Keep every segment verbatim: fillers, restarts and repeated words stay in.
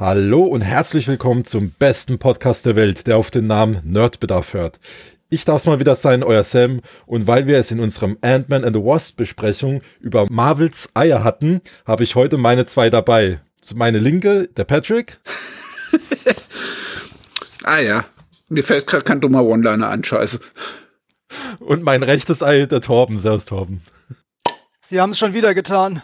Hallo und herzlich willkommen zum besten Podcast der Welt, der auf den Namen Nerdbedarf hört. Ich darf es mal wieder sein, euer Sam, und weil wir es in unserem Ant-Man and the Wasp Besprechung über Marvels Eier hatten, habe ich heute meine zwei dabei. Meine linke, der Patrick. Ah ja, mir fällt gerade kein dummer One-Liner an, scheiße. Und mein rechtes Ei, der Torben. Servus, Torben. Sie haben es schon wieder getan.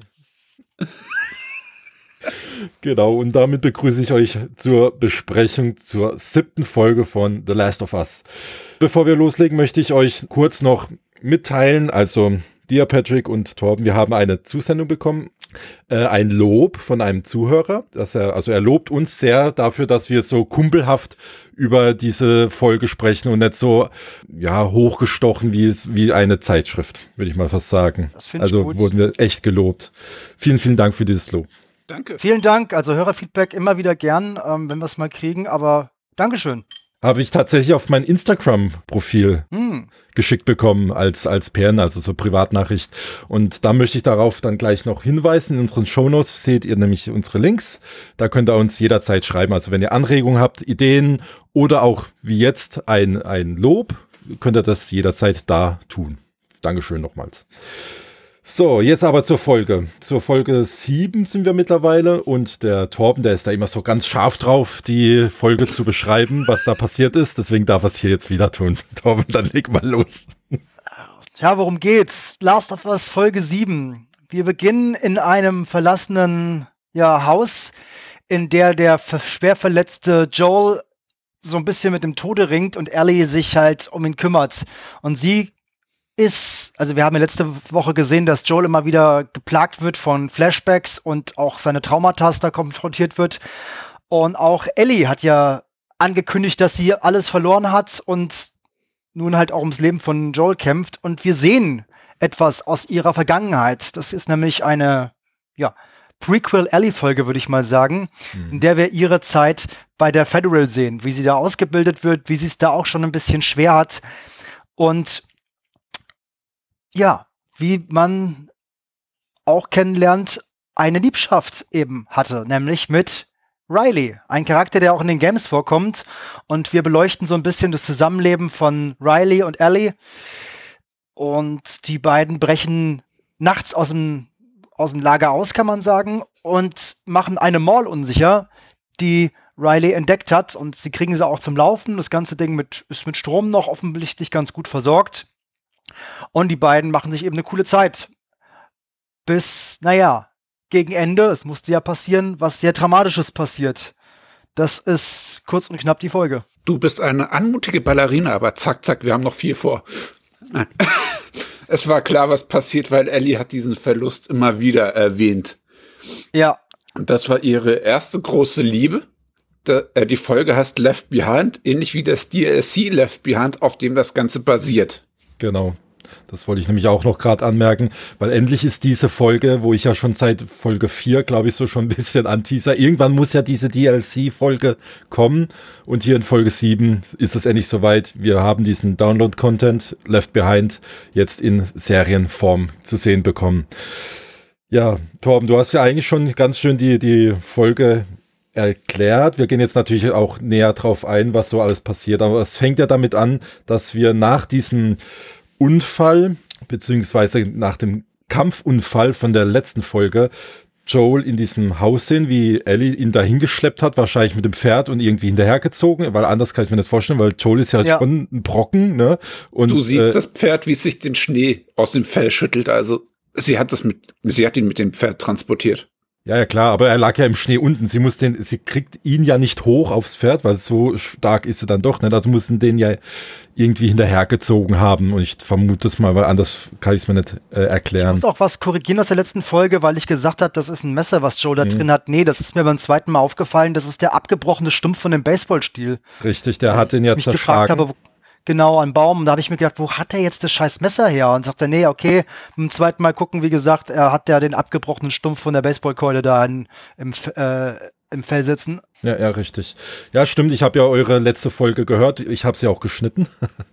Genau, und damit begrüße ich euch zur Besprechung zur siebten Folge von The Last of Us. Bevor wir loslegen, möchte ich euch kurz noch mitteilen, also dir, Patrick und Torben, wir haben eine Zusendung bekommen, äh, ein Lob von einem Zuhörer, dass er, also er lobt uns sehr dafür, dass wir so kumpelhaft über diese Folge sprechen und nicht so, ja, hochgestochen wie es, wie eine Zeitschrift, würde ich mal fast sagen. Das finde ich Also gut. wurden wir echt gelobt. Vielen, vielen Dank für dieses Lob. Danke. Vielen Dank. Also Hörerfeedback immer wieder gern, ähm, wenn wir es mal kriegen. Aber Dankeschön. Habe ich tatsächlich auf mein Instagram-Profil Hm. geschickt bekommen als, als P N, also so Privatnachricht. Und da möchte ich darauf dann gleich noch hinweisen. In unseren Shownotes seht ihr nämlich unsere Links. Da könnt ihr uns jederzeit schreiben. Also wenn ihr Anregungen habt, Ideen oder auch wie jetzt ein, ein Lob, könnt ihr das jederzeit da tun. Dankeschön nochmals. So, jetzt aber zur Folge. Zur Folge sieben sind wir mittlerweile und der Torben, der ist da immer so ganz scharf drauf, die Folge zu beschreiben, was da passiert ist. Deswegen darf er es hier jetzt wieder tun. Torben, dann leg mal los. Ja, worum geht's? Last of Us Folge sieben. Wir beginnen in einem verlassenen ja, Haus, in der der ver- schwer verletzte Joel so ein bisschen mit dem Tode ringt und Ellie sich halt um ihn kümmert. Und sie ist, also wir haben ja letzte Woche gesehen, dass Joel immer wieder geplagt wird von Flashbacks und auch seine Traumata da konfrontiert wird. Und auch Ellie hat ja angekündigt, dass sie alles verloren hat und nun halt auch ums Leben von Joel kämpft. Und wir sehen etwas aus ihrer Vergangenheit. Das ist nämlich eine, ja, Prequel-Ellie-Folge, würde ich mal sagen, in der wir ihre Zeit bei der Federal sehen, wie sie da ausgebildet wird, wie sie es da auch schon ein bisschen schwer hat. Und ja, wie man auch kennenlernt, eine Liebschaft eben hatte, nämlich mit Riley, ein Charakter, der auch in den Games vorkommt. Und wir beleuchten so ein bisschen das Zusammenleben von Riley und Ellie. Und die beiden brechen nachts aus dem, aus dem Lager aus, kann man sagen, und machen eine Mall unsicher, die Riley entdeckt hat. Und sie kriegen sie auch zum Laufen. Das ganze Ding mit, ist mit Strom noch offensichtlich ganz gut versorgt. Und die beiden machen sich eben eine coole Zeit. Bis, naja, gegen Ende, es musste ja passieren, was sehr Dramatisches passiert. Das ist kurz und knapp die Folge. Du bist eine anmutige Ballerina, aber zack, zack, wir haben noch viel vor. Nein. Es war klar, was passiert, weil Ellie hat diesen Verlust immer wieder erwähnt. Ja, Und das war ihre erste große Liebe. Da, äh, die Folge heißt Left Behind, ähnlich wie das D L C Left Behind, auf dem das Ganze basiert. Genau. Das wollte ich nämlich auch noch gerade anmerken, weil endlich ist diese Folge, wo ich ja schon seit Folge vier, glaube ich, so schon ein bisschen anteaser. Irgendwann muss ja diese D L C-Folge kommen und hier in Folge sieben ist es endlich soweit. Wir haben diesen Download-Content Left Behind jetzt in Serienform zu sehen bekommen. Ja, Torben, du hast ja eigentlich schon ganz schön die, die Folge erklärt. Wir gehen jetzt natürlich auch näher drauf ein, was so alles passiert. Aber es fängt ja damit an, dass wir nach diesem Unfall, beziehungsweise nach dem Kampfunfall von der letzten Folge, Joel in diesem Haus sehen, wie Ellie ihn dahin geschleppt hat, wahrscheinlich mit dem Pferd und irgendwie hinterhergezogen, weil anders kann ich mir nicht vorstellen, weil Joel ist ja, Ja. schon ein Brocken, ne? Und, Du siehst äh, das Pferd, wie es sich den Schnee aus dem Fell schüttelt. Also sie hat das mit, sie hat ihn mit dem Pferd transportiert. Ja, ja, klar, aber er lag ja im Schnee unten. Sie muss den, sie kriegt ihn ja nicht hoch aufs Pferd, weil so stark ist sie dann doch nicht. Also mussten den ja irgendwie hinterhergezogen haben. Und ich vermute es mal, weil anders kann ich es mir nicht äh, ich erklären. muss auch was korrigieren aus der letzten Folge, weil ich gesagt habe, das ist ein Messer, was Joel da drin hat. Nee, das ist mir beim zweiten Mal aufgefallen. Das ist der abgebrochene Stumpf von dem Baseballstiel. Richtig, der hat den ja Ich mich gefragt zerschlagen. habe, wo, genau, am Baum. Und da habe ich mir gedacht, wo hat er jetzt das scheiß Messer her? Und sagte, nee, okay, beim zweiten Mal gucken, wie gesagt, er hat ja den abgebrochenen Stumpf von der Baseballkeule da in, im, F- äh, im Fell sitzen. Ja, ja, richtig. Ja, stimmt, ich habe ja eure letzte Folge gehört, ich habe sie auch geschnitten.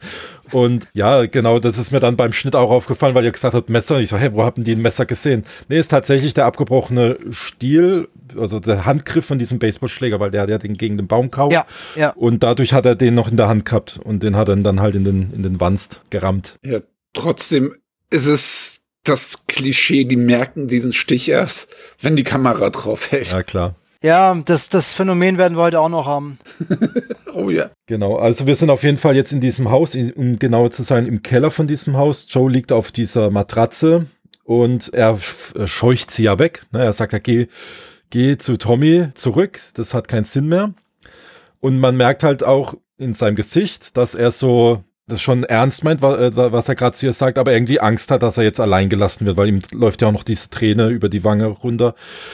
Und ja, genau, das ist mir dann beim Schnitt auch aufgefallen, weil ihr gesagt habt, Messer. Und ich so, hey, wo haben die ein Messer gesehen? Nee, ist tatsächlich der abgebrochene Stiel, also der Handgriff von diesem Baseballschläger, weil der hat ja den gegen den Baum kaut. Ja, ja. Und dadurch hat er den noch in der Hand gehabt und den hat er dann halt in den, in den Wanst gerammt. Ja, trotzdem ist es das Klischee, die merken diesen Stich erst, wenn die Kamera drauf hält. Ja, klar. Ja, das, das Phänomen werden wir heute auch noch haben. Oh ja. Genau, also wir sind auf jeden Fall jetzt in diesem Haus, um genauer zu sein, im Keller von diesem Haus. Joe liegt auf dieser Matratze und er scheucht sie ja weg. Er sagt, ja, geh, geh zu Tommy zurück, das hat keinen Sinn mehr. Und man merkt halt auch in seinem Gesicht, dass er so das schon ernst meint, was er gerade zu ihr sagt, aber irgendwie Angst hat, dass er jetzt allein gelassen wird, weil ihm läuft ja auch noch diese Träne über die Wange runter.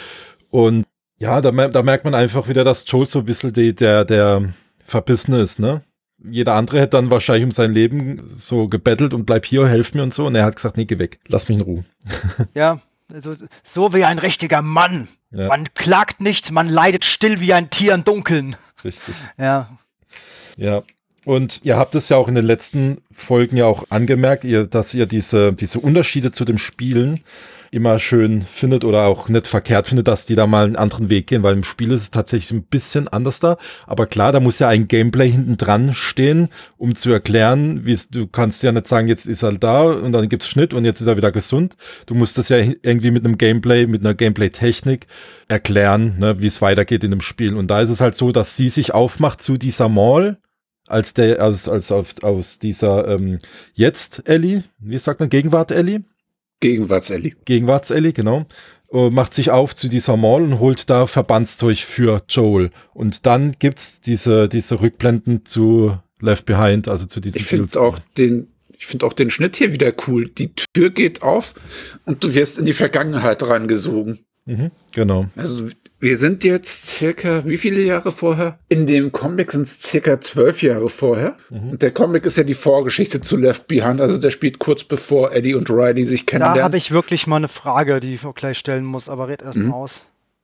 Und ja, da, da merkt man einfach wieder, dass Joel so ein bisschen die, der, der Verbissene ist, ne? Jeder andere hätte dann wahrscheinlich um sein Leben so gebettelt und bleib hier, helf mir und so. Und er hat gesagt, nee, geh weg, lass mich in Ruhe. Ja, also so wie ein richtiger Mann. Ja. Man klagt nicht, man leidet still wie ein Tier im Dunkeln. Richtig. Ja. Ja. Und ihr habt es ja auch in den letzten Folgen ja auch angemerkt, ihr, dass ihr diese, diese Unterschiede zu dem Spielen immer schön findet oder auch nicht verkehrt findet, dass die da mal einen anderen Weg gehen, weil im Spiel ist es tatsächlich ein bisschen anders da. Aber klar, da muss ja ein Gameplay hinten dran stehen, um zu erklären, wie es, du kannst ja nicht sagen, jetzt ist er da und dann gibt's Schnitt und jetzt ist er wieder gesund. Du musst das ja irgendwie mit einem Gameplay, mit einer Gameplay-Technik erklären, ne, wie es weitergeht in dem Spiel. Und da ist es halt so, dass sie sich aufmacht zu dieser Mall, als der, als, als aus, aus dieser ähm, jetzt Ellie, wie sagt man, Gegenwart Ellie? Gegenwarts-Ellie. Gegenwarts-Ellie, genau. Uh, macht sich auf zu dieser Mall und holt da Verbandszeug für Joel. Und dann gibt's diese, diese Rückblenden zu Left Behind, also zu diesem Ich finde auch den, ich finde auch den Schnitt hier wieder cool. Die Tür geht auf und du wirst in die Vergangenheit reingesogen. Mhm, genau. Also wir sind jetzt circa, wie viele Jahre vorher? In dem Comic sind es circa zwölf Jahre vorher. Mhm. Und der Comic ist ja die Vorgeschichte zu Left Behind. Also der spielt kurz bevor Eddie und Riley sich kennenlernen. Da habe ich wirklich mal eine Frage, die ich auch gleich stellen muss, aber red erst mal mhm. aus.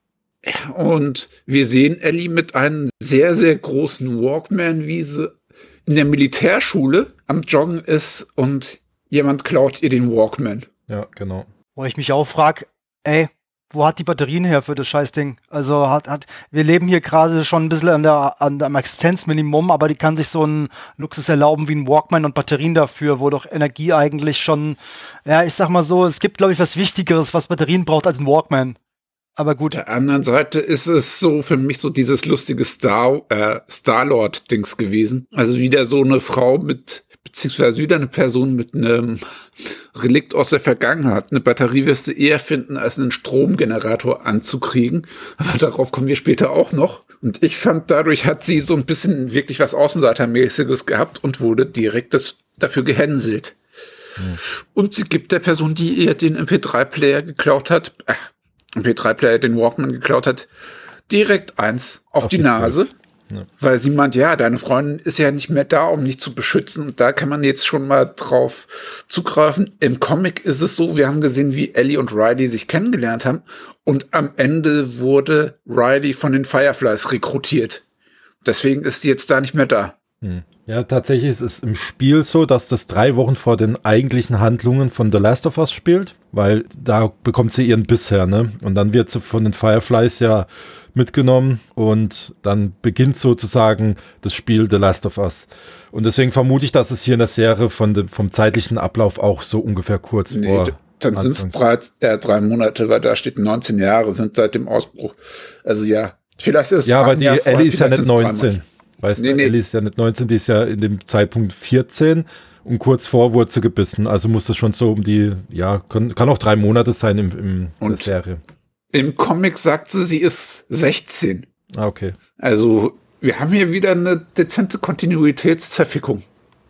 Und wir sehen Ellie mit einem sehr, sehr großen Walkman, wie sie in der Militärschule am Joggen ist und jemand klaut ihr den Walkman. Ja, genau. Wo ich mich auch frage, ey, wo hat die Batterien her für das Scheißding? Also hat, hat, wir leben hier gerade schon ein bisschen an der, an dem Existenzminimum, aber die kann sich so einen Luxus erlauben wie ein Walkman und Batterien dafür, wo doch Energie eigentlich schon, ja, ich sag mal so, es gibt, glaube ich, was Wichtigeres, was Batterien braucht als ein Walkman. Aber gut. Auf der anderen Seite ist es so für mich so dieses lustige Star, äh, Star-Lord-Dings gewesen. Also wieder so eine Frau mit, beziehungsweise wieder eine Person mit einem Relikt aus der Vergangenheit. Eine Batterie wirst du eher finden, als einen Stromgenerator anzukriegen. Aber darauf kommen wir später auch noch. Und ich fand, dadurch hat sie so ein bisschen wirklich was Außenseitermäßiges gehabt und wurde direkt das, dafür gehänselt. Hm. Und sie gibt der Person, die ihr den M P drei Player geklaut hat, äh, M P drei Player den Walkman geklaut hat, direkt eins auf, auf die, die Nase. Ja. Weil sie meint, ja, deine Freundin ist ja nicht mehr da, um dich zu beschützen. Und da kann man jetzt schon mal drauf zugreifen. Im Comic ist es so, wir haben gesehen, wie Ellie und Riley sich kennengelernt haben. Und am Ende wurde Riley von den Fireflies rekrutiert. Deswegen ist sie jetzt da nicht mehr da. Hm. Ja, tatsächlich ist es im Spiel so, dass das drei Wochen vor den eigentlichen Handlungen von The Last of Us spielt. Weil da bekommt sie ihren Biss her, ne? Und dann wird sie von den Fireflies ja mitgenommen und dann beginnt sozusagen das Spiel The Last of Us. Und deswegen vermute ich, dass es hier in der Serie von dem, vom zeitlichen Ablauf auch so ungefähr kurz nee, vor. Dann sind es drei, äh, drei Monate, weil da steht neunzehn Jahre sind seit dem Ausbruch. Also ja, vielleicht ist es. Ja, aber die Ellie ist ja nicht neunzehn. Weißt nee, du, nee. Ellie ist ja nicht neunzehn, die ist ja in dem Zeitpunkt vierzehn und kurz vor wurde sie gebissen. Also muss das schon so um die, ja, kann, kann auch drei Monate sein im, im in der Serie. Im Comic sagt sie, sie ist sechzehn. Ah, okay. Also, wir haben hier wieder eine dezente Kontinuitätszerfickung.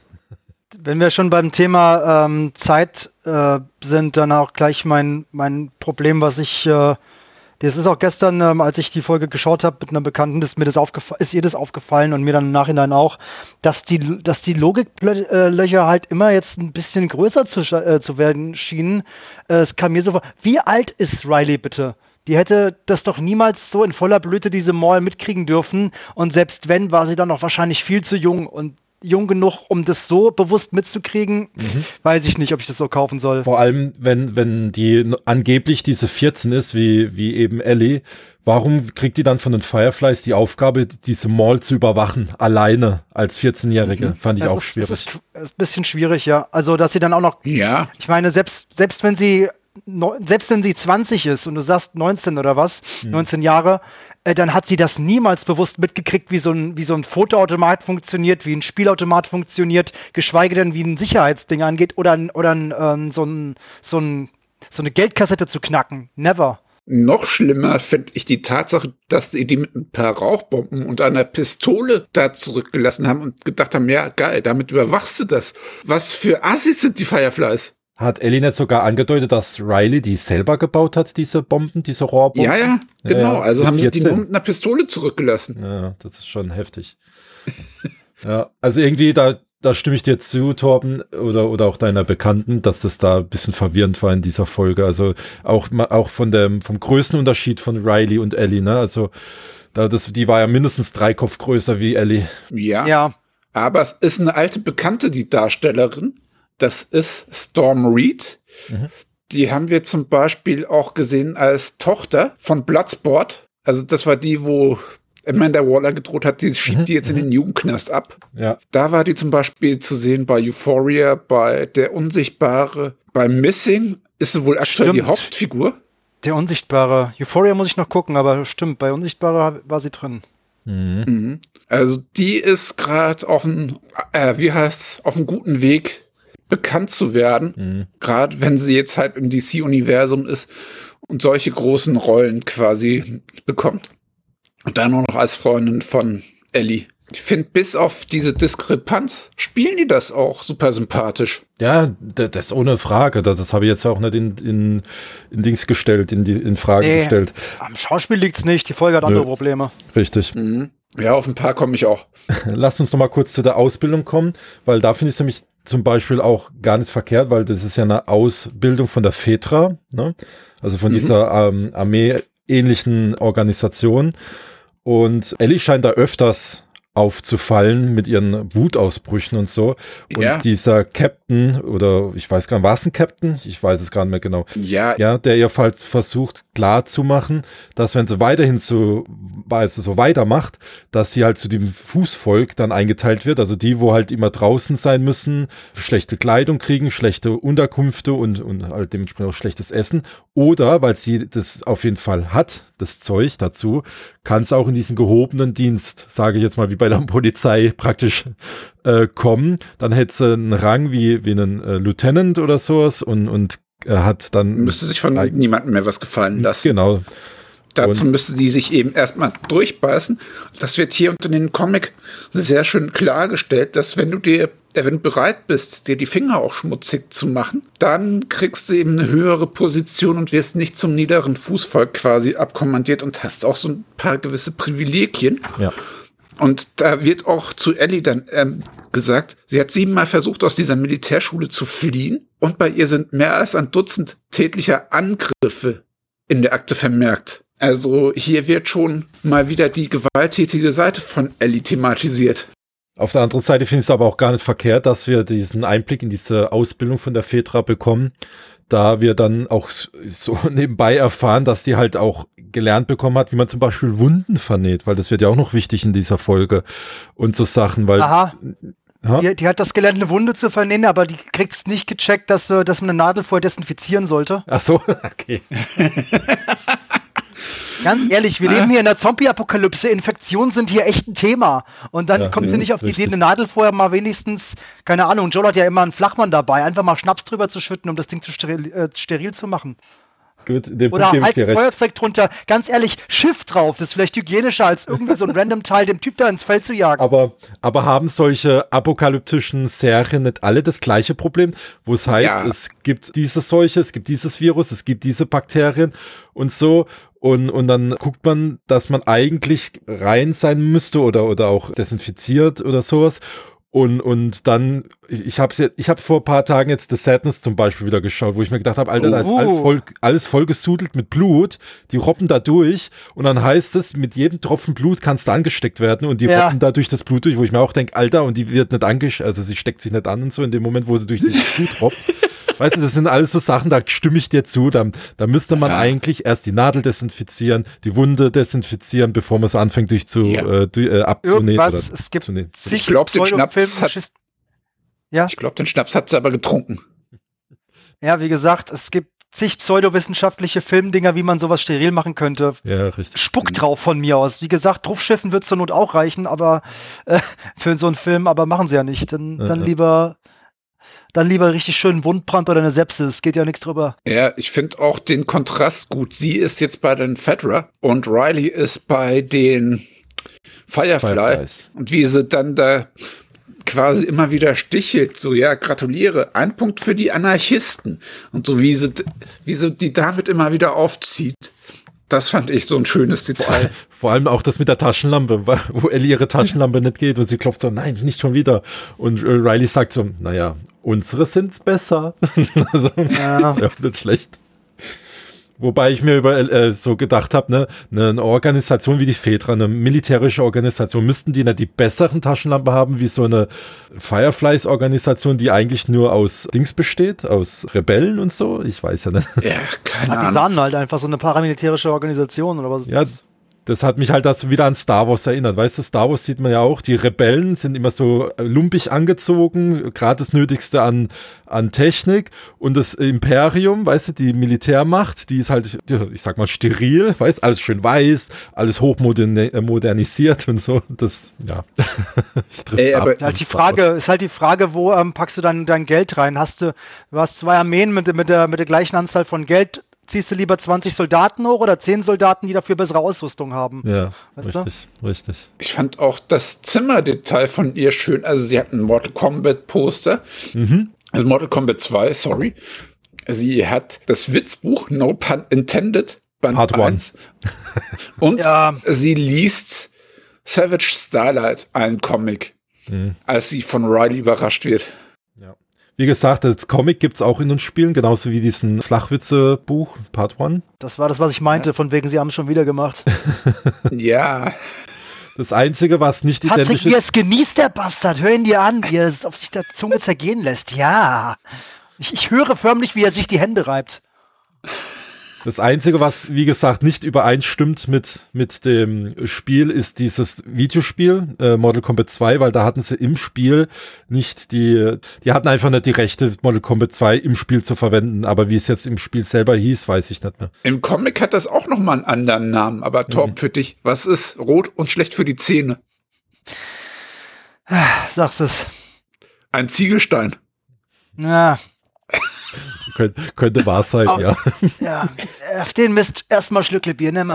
Wenn wir schon beim Thema ähm, Zeit äh, sind, dann auch gleich mein, mein Problem, was ich, äh, das ist auch gestern, ähm, als ich die Folge geschaut habe mit einer Bekannten, ist mir das aufgefallen, ist ihr das aufgefallen und mir dann im Nachhinein auch, dass die, dass die Logiklöcher halt immer jetzt ein bisschen größer zu, äh, zu werden schienen. Äh, es kam mir so vor, wie alt ist Riley bitte? Die hätte das doch niemals so in voller Blüte, diese Maul, mitkriegen dürfen. Und selbst wenn, war sie dann noch wahrscheinlich viel zu jung und jung genug, um das so bewusst mitzukriegen, mhm. weiß ich nicht, ob ich das so kaufen soll. Vor allem, wenn, wenn die angeblich diese vierzehn ist, wie, wie eben Ellie, warum kriegt die dann von den Fireflies die Aufgabe, diese Maul zu überwachen, alleine als vierzehnjährige? Mhm. Fand ich das auch ist, schwierig. Das ist, das ist ein bisschen schwierig, ja. Also, dass sie dann auch noch, ja. ich meine, selbst, selbst wenn sie selbst wenn sie zwanzig ist und du sagst neunzehn oder was, mhm. neunzehn Jahre, äh, dann hat sie das niemals bewusst mitgekriegt, wie so ein, wie so ein Fotoautomat funktioniert, wie ein Spielautomat funktioniert, geschweige denn, wie ein Sicherheitsding angeht oder, oder ein, ähm, so, ein, so, ein, so eine Geldkassette zu knacken. Never. Noch schlimmer finde ich die Tatsache, dass die die mit ein paar Rauchbomben und einer Pistole da zurückgelassen haben und gedacht haben, ja geil, damit überwachst du das. Was für Assis sind die Fireflies? Hat Ellie nicht sogar angedeutet, dass Riley die selber gebaut hat, diese Bomben, diese Rohrbomben? Ja, ja, genau. Ja, also haben vierzehn. Sie die nur mit einer Pistole zurückgelassen. Ja, das ist schon heftig. Ja, also irgendwie, da, da stimme ich dir zu, Torben, oder, oder auch deiner Bekannten, dass das da ein bisschen verwirrend war in dieser Folge. Also auch, auch von dem, vom Größenunterschied von Riley und Ellie, ne? Also, da, das, die war ja mindestens drei Kopf größer wie Ellie. Ja. Ja. Aber es ist eine alte Bekannte, die Darstellerin. Das ist Storm Reed. Mhm. Die haben wir zum Beispiel auch gesehen als Tochter von Bloodsport. Also das war die, wo Amanda Waller gedroht hat, die schiebt mhm. die jetzt in den Jugendknast ab. Ja. Da war die zum Beispiel zu sehen bei Euphoria, bei Der Unsichtbare, bei Missing. Ist sie wohl aktuell Stimmt. die Hauptfigur? Der Unsichtbare. Euphoria muss ich noch gucken, aber stimmt, bei Unsichtbare war sie drin. Mhm. Mhm. Also die ist gerade auf einem, äh, wie heißt's, auf einem guten Weg, bekannt zu werden, mhm. gerade wenn sie jetzt halt im D C-Universum ist und solche großen Rollen quasi bekommt. Und dann nur noch als Freundin von Ellie. Ich finde, bis auf diese Diskrepanz spielen die das auch super sympathisch. Ja, das ist ohne Frage. Das, das habe ich jetzt auch nicht in, in, in Dings gestellt, in, die, in Frage nee, gestellt. Am Schauspiel liegt's nicht, die Folge hat andere Nö. Probleme. Richtig. Mhm. Ja, auf ein paar komme ich auch. Lass uns noch mal kurz zu der Ausbildung kommen, weil da finde ich es nämlich zum Beispiel auch gar nicht verkehrt, weil das ist ja eine Ausbildung von der Fedra, ne? Also von mhm. dieser ähm, Armee-ähnlichen Organisation. Und Ellie scheint da öfters aufzufallen mit ihren Wutausbrüchen und so. Und ja. dieser Captain, oder ich weiß gar nicht, war es ein Captain? Ich weiß es gar nicht mehr genau. Ja. Ja, der ihr falls versucht klar zu machen, dass wenn sie weiterhin so, also so weitermacht, dass sie halt zu dem Fußvolk dann eingeteilt wird. Also die, wo halt immer draußen sein müssen, schlechte Kleidung kriegen, schlechte Unterkünfte und, und halt dementsprechend auch schlechtes Essen. Oder, weil sie das auf jeden Fall hat, das Zeug dazu, kann es auch in diesen gehobenen Dienst, sage ich jetzt mal, wie bei der Polizei praktisch äh, kommen. Dann hätte sie einen Rang wie, wie einen äh, Lieutenant oder sowas und, und äh, hat dann... Müsste sich von eigen- niemandem mehr was gefallen lassen. Genau. Dazu und müsste die sich eben erstmal durchbeißen. Das wird hier unter den Comic sehr schön klargestellt, dass wenn du dir, äh, wenn du bereit bist, dir die Finger auch schmutzig zu machen, dann kriegst du eben eine höhere Position und wirst nicht zum niederen Fußvolk quasi abkommandiert und hast auch so ein paar gewisse Privilegien. Ja. Und da wird auch zu Ellie dann ähm, gesagt, sie hat siebenmal versucht, aus dieser Militärschule zu fliehen und bei ihr sind mehr als ein Dutzend tätlicher Angriffe in der Akte vermerkt. Also hier wird schon mal wieder die gewalttätige Seite von Ellie thematisiert. Auf der anderen Seite finde ich es aber auch gar nicht verkehrt, dass wir diesen Einblick in diese Ausbildung von der Fedra bekommen, da wir dann auch so nebenbei erfahren, dass die halt auch gelernt bekommen hat, wie man zum Beispiel Wunden vernäht, weil das wird ja auch noch wichtig in dieser Folge und so Sachen, weil... Aha. Die, die hat das gelernt, eine Wunde zu vernähen, aber die kriegt es nicht gecheckt, dass, dass man eine Nadel vorher desinfizieren sollte. Ach so, okay. Ganz ehrlich, wir leben hier in der Zombie-Apokalypse. Infektionen sind hier echt ein Thema. Und dann ja, kommt ja, sie nicht auf die Idee, eine Nadel vorher mal wenigstens, keine Ahnung, Joel hat ja immer einen Flachmann dabei, einfach mal Schnaps drüber zu schütten, um das Ding zu steril, äh, steril zu machen. Gut, dem Oder Punkt halt gebe ich dir Feuerzeug recht. drunter. Ganz ehrlich, Schiff drauf. Das ist vielleicht hygienischer, als irgendwie so ein random Teil dem Typ da ins Feld zu jagen. Aber, aber haben solche apokalyptischen Serien nicht alle das gleiche Problem? Wo es heißt, ja. es gibt diese Seuche, es gibt dieses Virus, es gibt diese Bakterien und so. Und, und dann guckt man, dass man eigentlich rein sein müsste oder, oder auch desinfiziert oder sowas. Und, und dann, ich habe ich hab vor ein paar Tagen jetzt The Sadness zum Beispiel wieder geschaut, wo ich mir gedacht habe, Alter, da ist alles voll, alles voll gesudelt mit Blut, die robben da durch und dann heißt es, mit jedem Tropfen Blut kannst du angesteckt werden und die ja. robben da durch das Blut durch, wo ich mir auch denke, Alter, und die wird nicht angesteckt, also sie steckt sich nicht an und so in dem Moment, wo sie durch das Blut robbt. Weißt du, das sind alles so Sachen, da stimme ich dir zu, da, da müsste man ja. eigentlich erst die Nadel desinfizieren, die Wunde desinfizieren, bevor man es anfängt durch zu, ja. äh, durch, äh, abzunehmen. Irgendwas, oder es gibt zu ich glaube, den Schnaps hat, ja? Ich glaube, den Schnaps hat sie aber getrunken. Ja, wie gesagt, es gibt zig pseudowissenschaftliche Filmdinger, wie man sowas steril machen könnte. Ja, richtig. Spuck drauf von mir aus. Wie gesagt, Truffschiffen wird zur Not auch reichen, aber äh, für so einen Film, aber machen sie ja nicht. Dann, ja, dann ja. lieber Dann lieber richtig schön Wundbrand oder eine Sepsis, geht ja nichts drüber. Ja, ich finde auch den Kontrast gut. Sie ist jetzt bei den Fedra und Riley ist bei den Firefly. Fireflies. Und wie sie dann da quasi immer wieder stichelt, so, ja, gratuliere, ein Punkt für die Anarchisten. Und so wie sie, wie sie die damit immer wieder aufzieht. Das fand ich so ein schönes Detail. Vor allem auch das mit der Taschenlampe, wo Ellie ihre Taschenlampe nicht geht und sie klopft so, nein, nicht schon wieder. Und äh, Riley sagt so, naja, unsere sind's besser. Also, ja. ja, nicht schlecht. Wobei ich mir über äh, so gedacht habe, ne, eine Organisation wie die Fedra, eine militärische Organisation, müssten die nicht die besseren Taschenlampen haben, wie so eine Fireflies-Organisation, die eigentlich nur aus Dings besteht, aus Rebellen und so? Ich weiß ja nicht. Ja, keine Ahnung. Die sahen halt einfach so eine paramilitärische Organisation oder was ist ja, das? Das hat mich halt das wieder an Star Wars erinnert. Weißt du, Star Wars sieht man ja auch, die Rebellen sind immer so lumpig angezogen, gerade das Nötigste an, an Technik. Und das Imperium, weißt du, die Militärmacht, die ist halt, ich sag mal, steril, weißt du, alles schön weiß, alles hochmodernisiert und so. Das, ja. ich Ey, aber halt die Frage, ist halt die Frage, wo ähm, packst du dann dein Geld rein? Hast du, du hast zwei Armeen mit, mit, der, mit der gleichen Anzahl von Geld. Ziehst du lieber zwanzig Soldaten hoch oder zehn Soldaten, die dafür bessere Ausrüstung haben? Ja, weißt richtig, du? richtig. Ich fand auch das Zimmerdetail von ihr schön. Also sie hat ein Mortal Kombat Poster. Mhm. Also Mortal Kombat zwei, sorry. Sie hat das Witzbuch, No Pun Intended, Band Part eins. Und ja. sie liest Savage Starlight, einen Comic, mhm. als sie von Riley überrascht wird. Ja. Wie gesagt, das Comic gibt es auch in den Spielen, genauso wie diesen Flachwitze-Buch, Part eins. Das war das, was ich meinte, von wegen, sie haben es schon wieder gemacht. Ja. Das Einzige, was nicht Patrick, identisch ist... wie er es genießt, der Bastard. Hör ihn dir an, wie er es auf sich der Zunge zergehen lässt. Ja. Ich, ich höre förmlich, wie er sich die Hände reibt. Das Einzige, was, wie gesagt, nicht übereinstimmt mit, mit dem Spiel, ist dieses Videospiel, äh, Mortal Kombat zwei, weil da hatten sie im Spiel nicht die, die hatten einfach nicht die Rechte, Mortal Kombat zwei im Spiel zu verwenden, aber wie es jetzt im Spiel selber hieß, weiß ich nicht mehr. Im Comic hat das auch nochmal einen anderen Namen, aber Torb, mhm. für dich, was ist rot und schlecht für die Zähne? Sag's es. Ein Ziegelstein. Ja. Kön könnte wahr sein, oh, ja. Ja, auf den Mist erstmal Schlückle Bier, nimm mal.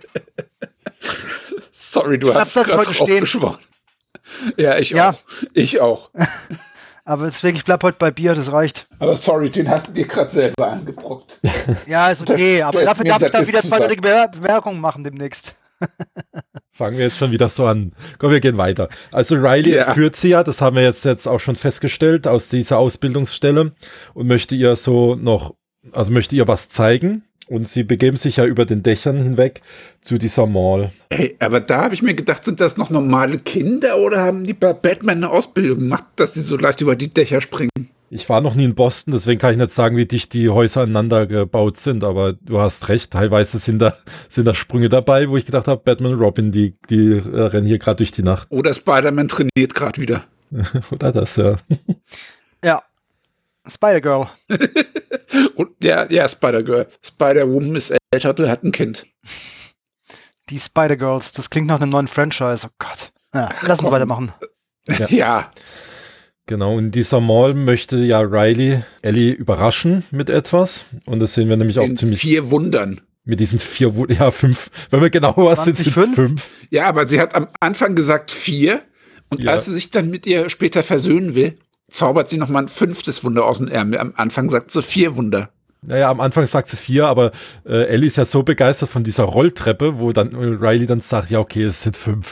Sorry, du ich hast gerade aufgeschworen. Ja, ich ja. auch. Ich auch. Aber deswegen, ich bleib heute bei Bier, das reicht. Aber sorry, den hast du dir gerade selber angebrockt. Ja, ist okay, das, aber dafür darf ich dann wieder zweideutige Bemerkungen machen demnächst. Fangen wir jetzt schon wieder so an. Komm, wir gehen weiter. Also Riley ja. führt sie ja, das haben wir jetzt, jetzt auch schon festgestellt, aus dieser Ausbildungsstelle und möchte ihr so noch, also möchte ihr was zeigen und sie begeben sich ja über den Dächern hinweg zu dieser Mall. Ey, aber da habe ich mir gedacht, sind das noch normale Kinder oder haben die bei Batman eine Ausbildung gemacht, dass sie so leicht über die Dächer springen? Ich war noch nie in Boston, deswegen kann ich nicht sagen, wie dicht die Häuser aneinander gebaut sind, aber du hast recht, teilweise sind da, sind da Sprünge dabei, wo ich gedacht habe, Batman und Robin, die, die äh, rennen hier gerade durch die Nacht. Oder Spider-Man trainiert gerade wieder. Oder das, ja. Ja, Spider-Girl. Und ja, ja, Spider-Girl. Spider-Woman ist älter und hat ein Kind. Die Spider-Girls, das klingt nach einem neuen Franchise, oh Gott. Ja, Ach, lass uns weitermachen. Ja. ja. Genau, in dieser Mall möchte ja Riley Ellie überraschen mit etwas. Und das sehen wir nämlich Den auch ziemlich... vier Wundern. Mit diesen vier Wundern, ja, fünf. Wenn wir genauer sind, sind es fünf. Ja, aber sie hat am Anfang gesagt vier. Und ja. als sie sich dann mit ihr später versöhnen will, zaubert sie nochmal ein fünftes Wunder aus dem Ärmel. Am Anfang sagt sie vier Wunder. Naja, am Anfang sagt sie vier, aber äh, Ellie ist ja so begeistert von dieser Rolltreppe, wo dann äh, Riley dann sagt, ja, okay, es sind fünf.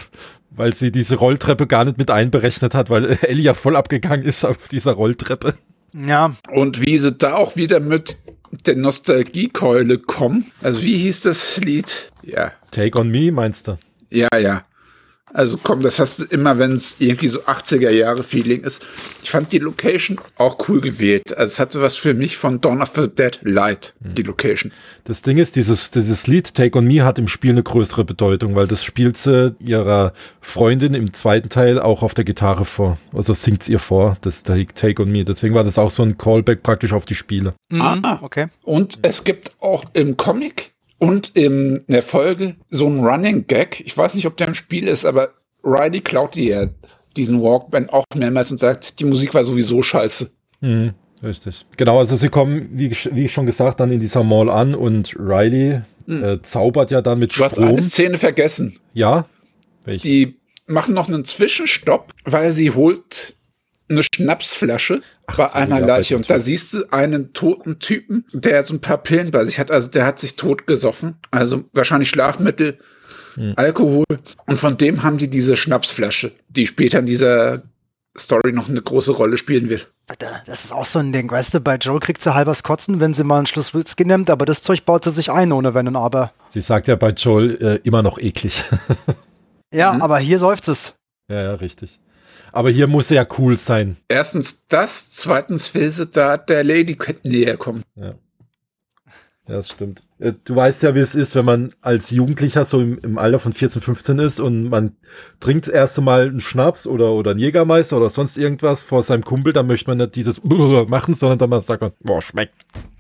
Weil sie diese Rolltreppe gar nicht mit einberechnet hat, weil Ellie ja voll abgegangen ist auf dieser Rolltreppe. Ja. Und wie sie da auch wieder mit der Nostalgiekeule kommen. Also wie hieß das Lied? Ja. Take on Me, meinst du? Ja, ja. Also komm, das hast du immer, wenn es irgendwie so achtziger-Jahre-Feeling ist. Ich fand die Location auch cool gewählt. Also es hatte was für mich von Dawn of the Dead Light, hm. die Location. Das Ding ist, dieses, dieses Lied Take on Me hat im Spiel eine größere Bedeutung, weil das spielt sie ihrer Freundin im zweiten Teil auch auf der Gitarre vor. Also singt ihr vor, das Take on Me. Deswegen war das auch so ein Callback praktisch auf die Spiele. Mhm, ah, okay. Und es gibt auch im Comic und in der Folge so ein Running Gag, ich weiß nicht, ob der im Spiel ist, aber Riley klaut dir diesen Walkman auch mehrmals und sagt, die Musik war sowieso scheiße. Mhm, richtig. Genau, also sie kommen, wie, wie schon gesagt, dann in dieser Mall an und Riley mhm. äh, zaubert ja dann mit Strom. Du hast eine Szene vergessen. Ja? Welche? Die machen noch einen Zwischenstopp, weil sie holt eine Schnapsflasche Ach, bei einer Leiche und da siehst du einen toten Typen, der so ein paar Pillen bei sich hat, also der hat sich tot gesoffen, also wahrscheinlich Schlafmittel, hm. Alkohol und von dem haben die diese Schnapsflasche, die später in dieser Story noch eine große Rolle spielen wird. Das ist auch so ein Ding, weißt du, bei Joel kriegt sie halbers Kotzen, wenn sie mal einen Schluss Whisky nimmt, aber das Zeug baut sie sich ein, ohne Wenn und Aber. Sie sagt ja bei Joel äh, immer noch eklig. Ja, mhm. aber hier seufzt es. Ja, ja, richtig. Aber hier muss er ja cool sein. Erstens das, zweitens will sie da der Lady näher kommen. Ja. Ja, das stimmt. Du weißt ja, wie es ist, wenn man als Jugendlicher so im, im Alter von vierzehn, fünfzehn ist und man trinkt das erste Mal einen Schnaps oder, oder einen Jägermeister oder sonst irgendwas vor seinem Kumpel, dann möchte man nicht dieses machen, sondern dann sagt man, boah, schmeckt.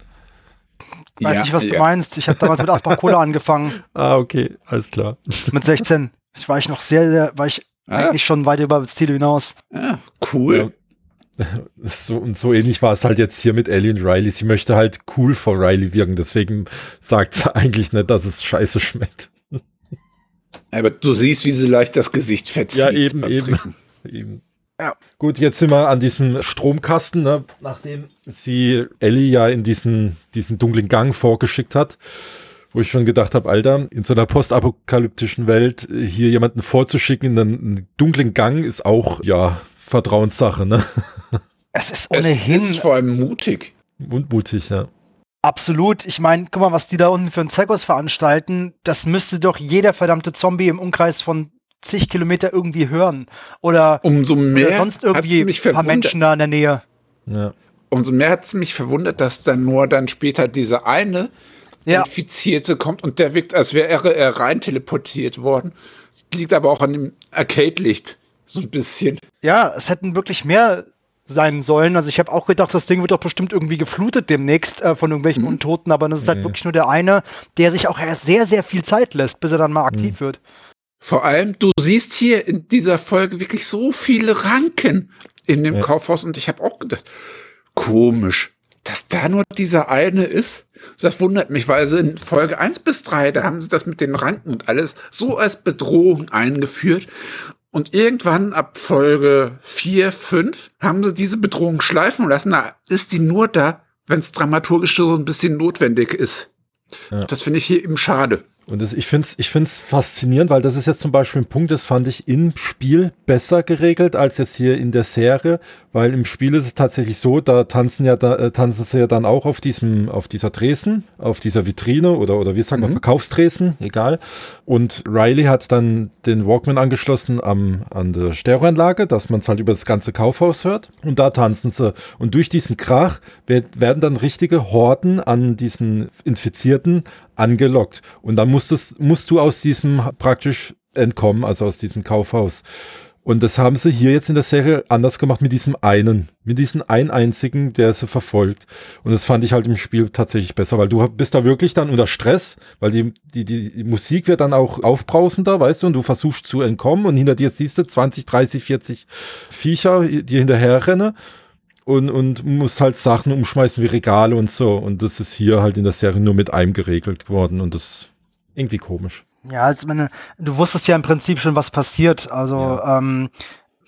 Ich weiß ja, nicht, was ja. du meinst. Ich habe damals mit Asbach Cola angefangen. Ah, okay, alles klar. Mit sechzehn. Ich war ich noch sehr, sehr, war ich ah. eigentlich schon weit über das Ziel hinaus. Ja, cool. Ja. So, und so ähnlich war es halt jetzt hier mit Ellie und Riley. Sie möchte halt cool vor Riley wirken, deswegen sagt sie eigentlich nicht, dass es scheiße schmeckt. Aber du siehst, wie sie leicht das Gesicht verzieht. Ja, eben, eben. eben. Ja. Gut, jetzt sind wir an diesem Stromkasten, ne? Nachdem sie Ellie ja in diesen, diesen dunklen Gang vorgeschickt hat, wo ich schon gedacht habe, Alter, in so einer postapokalyptischen Welt hier jemanden vorzuschicken in einen dunklen Gang ist auch, ja, Vertrauenssache, ne? Es ist ohnehin. Es ist vor allem mutig. Und mutig, ja. Absolut. Ich meine, guck mal, was die da unten für einen Zirkus veranstalten. Das müsste doch jeder verdammte Zombie im Umkreis von zig Kilometer irgendwie hören. Oder, Umso mehr oder sonst irgendwie mich ein paar Menschen da in der Nähe. Ja. Umso mehr hat es mich verwundert, dass dann nur dann später diese eine ja. Infizierte kommt und der wirkt, als wäre er, er rein teleportiert worden. Das liegt aber auch an dem Arcade-Licht. So ein bisschen. Ja, es hätten wirklich mehr sein sollen. Also ich habe auch gedacht, das Ding wird doch bestimmt irgendwie geflutet demnächst äh, von irgendwelchen mhm. Untoten, aber das ist halt nee. wirklich nur der eine, der sich auch erst sehr, sehr viel Zeit lässt, bis er dann mal aktiv mhm. wird. Vor allem, du siehst hier in dieser Folge wirklich so viele Ranken in dem ja. Kaufhaus und ich habe auch gedacht, komisch, dass da nur dieser eine ist. Das wundert mich, weil sie in Folge eins bis drei, da haben sie das mit den Ranken und alles so als Bedrohung eingeführt. Und irgendwann ab Folge vier, fünf haben sie diese Bedrohung schleifen lassen. Da ist die nur da, wenn es dramaturgisch so ein bisschen notwendig ist. Ja. Das finde ich hier eben schade. Und das, ich finde es ich find's faszinierend, weil das ist jetzt zum Beispiel ein Punkt, das fand ich im Spiel besser geregelt als jetzt hier in der Serie, weil im Spiel ist es tatsächlich so, da tanzen ja da, äh, tanzen sie ja dann auch auf diesem, auf dieser Tresen, auf dieser Vitrine oder, oder wie sagt man, mhm. Verkaufstresen, egal. Und Riley hat dann den Walkman angeschlossen am, an der Stereoanlage, dass man es halt über das ganze Kaufhaus hört. Und da tanzen sie. Und durch diesen Krach werd, werden dann richtige Horden an diesen Infizierten angelockt. Und dann musst, es, musst du aus diesem praktisch entkommen, also aus diesem Kaufhaus. Und das haben sie hier jetzt in der Serie anders gemacht mit diesem einen, mit diesem einen einzigen, der sie verfolgt. Und das fand ich halt im Spiel tatsächlich besser, weil du bist da wirklich dann unter Stress, weil die, die, die Musik wird dann auch aufbrausender, weißt du, und du versuchst zu entkommen und hinter dir siehst du zwanzig, dreißig, vierzig Viecher, die hinterher rennen. Und, und musst halt Sachen umschmeißen wie Regale und so. Und das ist hier halt in der Serie nur mit einem geregelt worden. Und das ist irgendwie komisch. Ja, also meine, du wusstest ja im Prinzip schon, was passiert. Also, ja. ähm,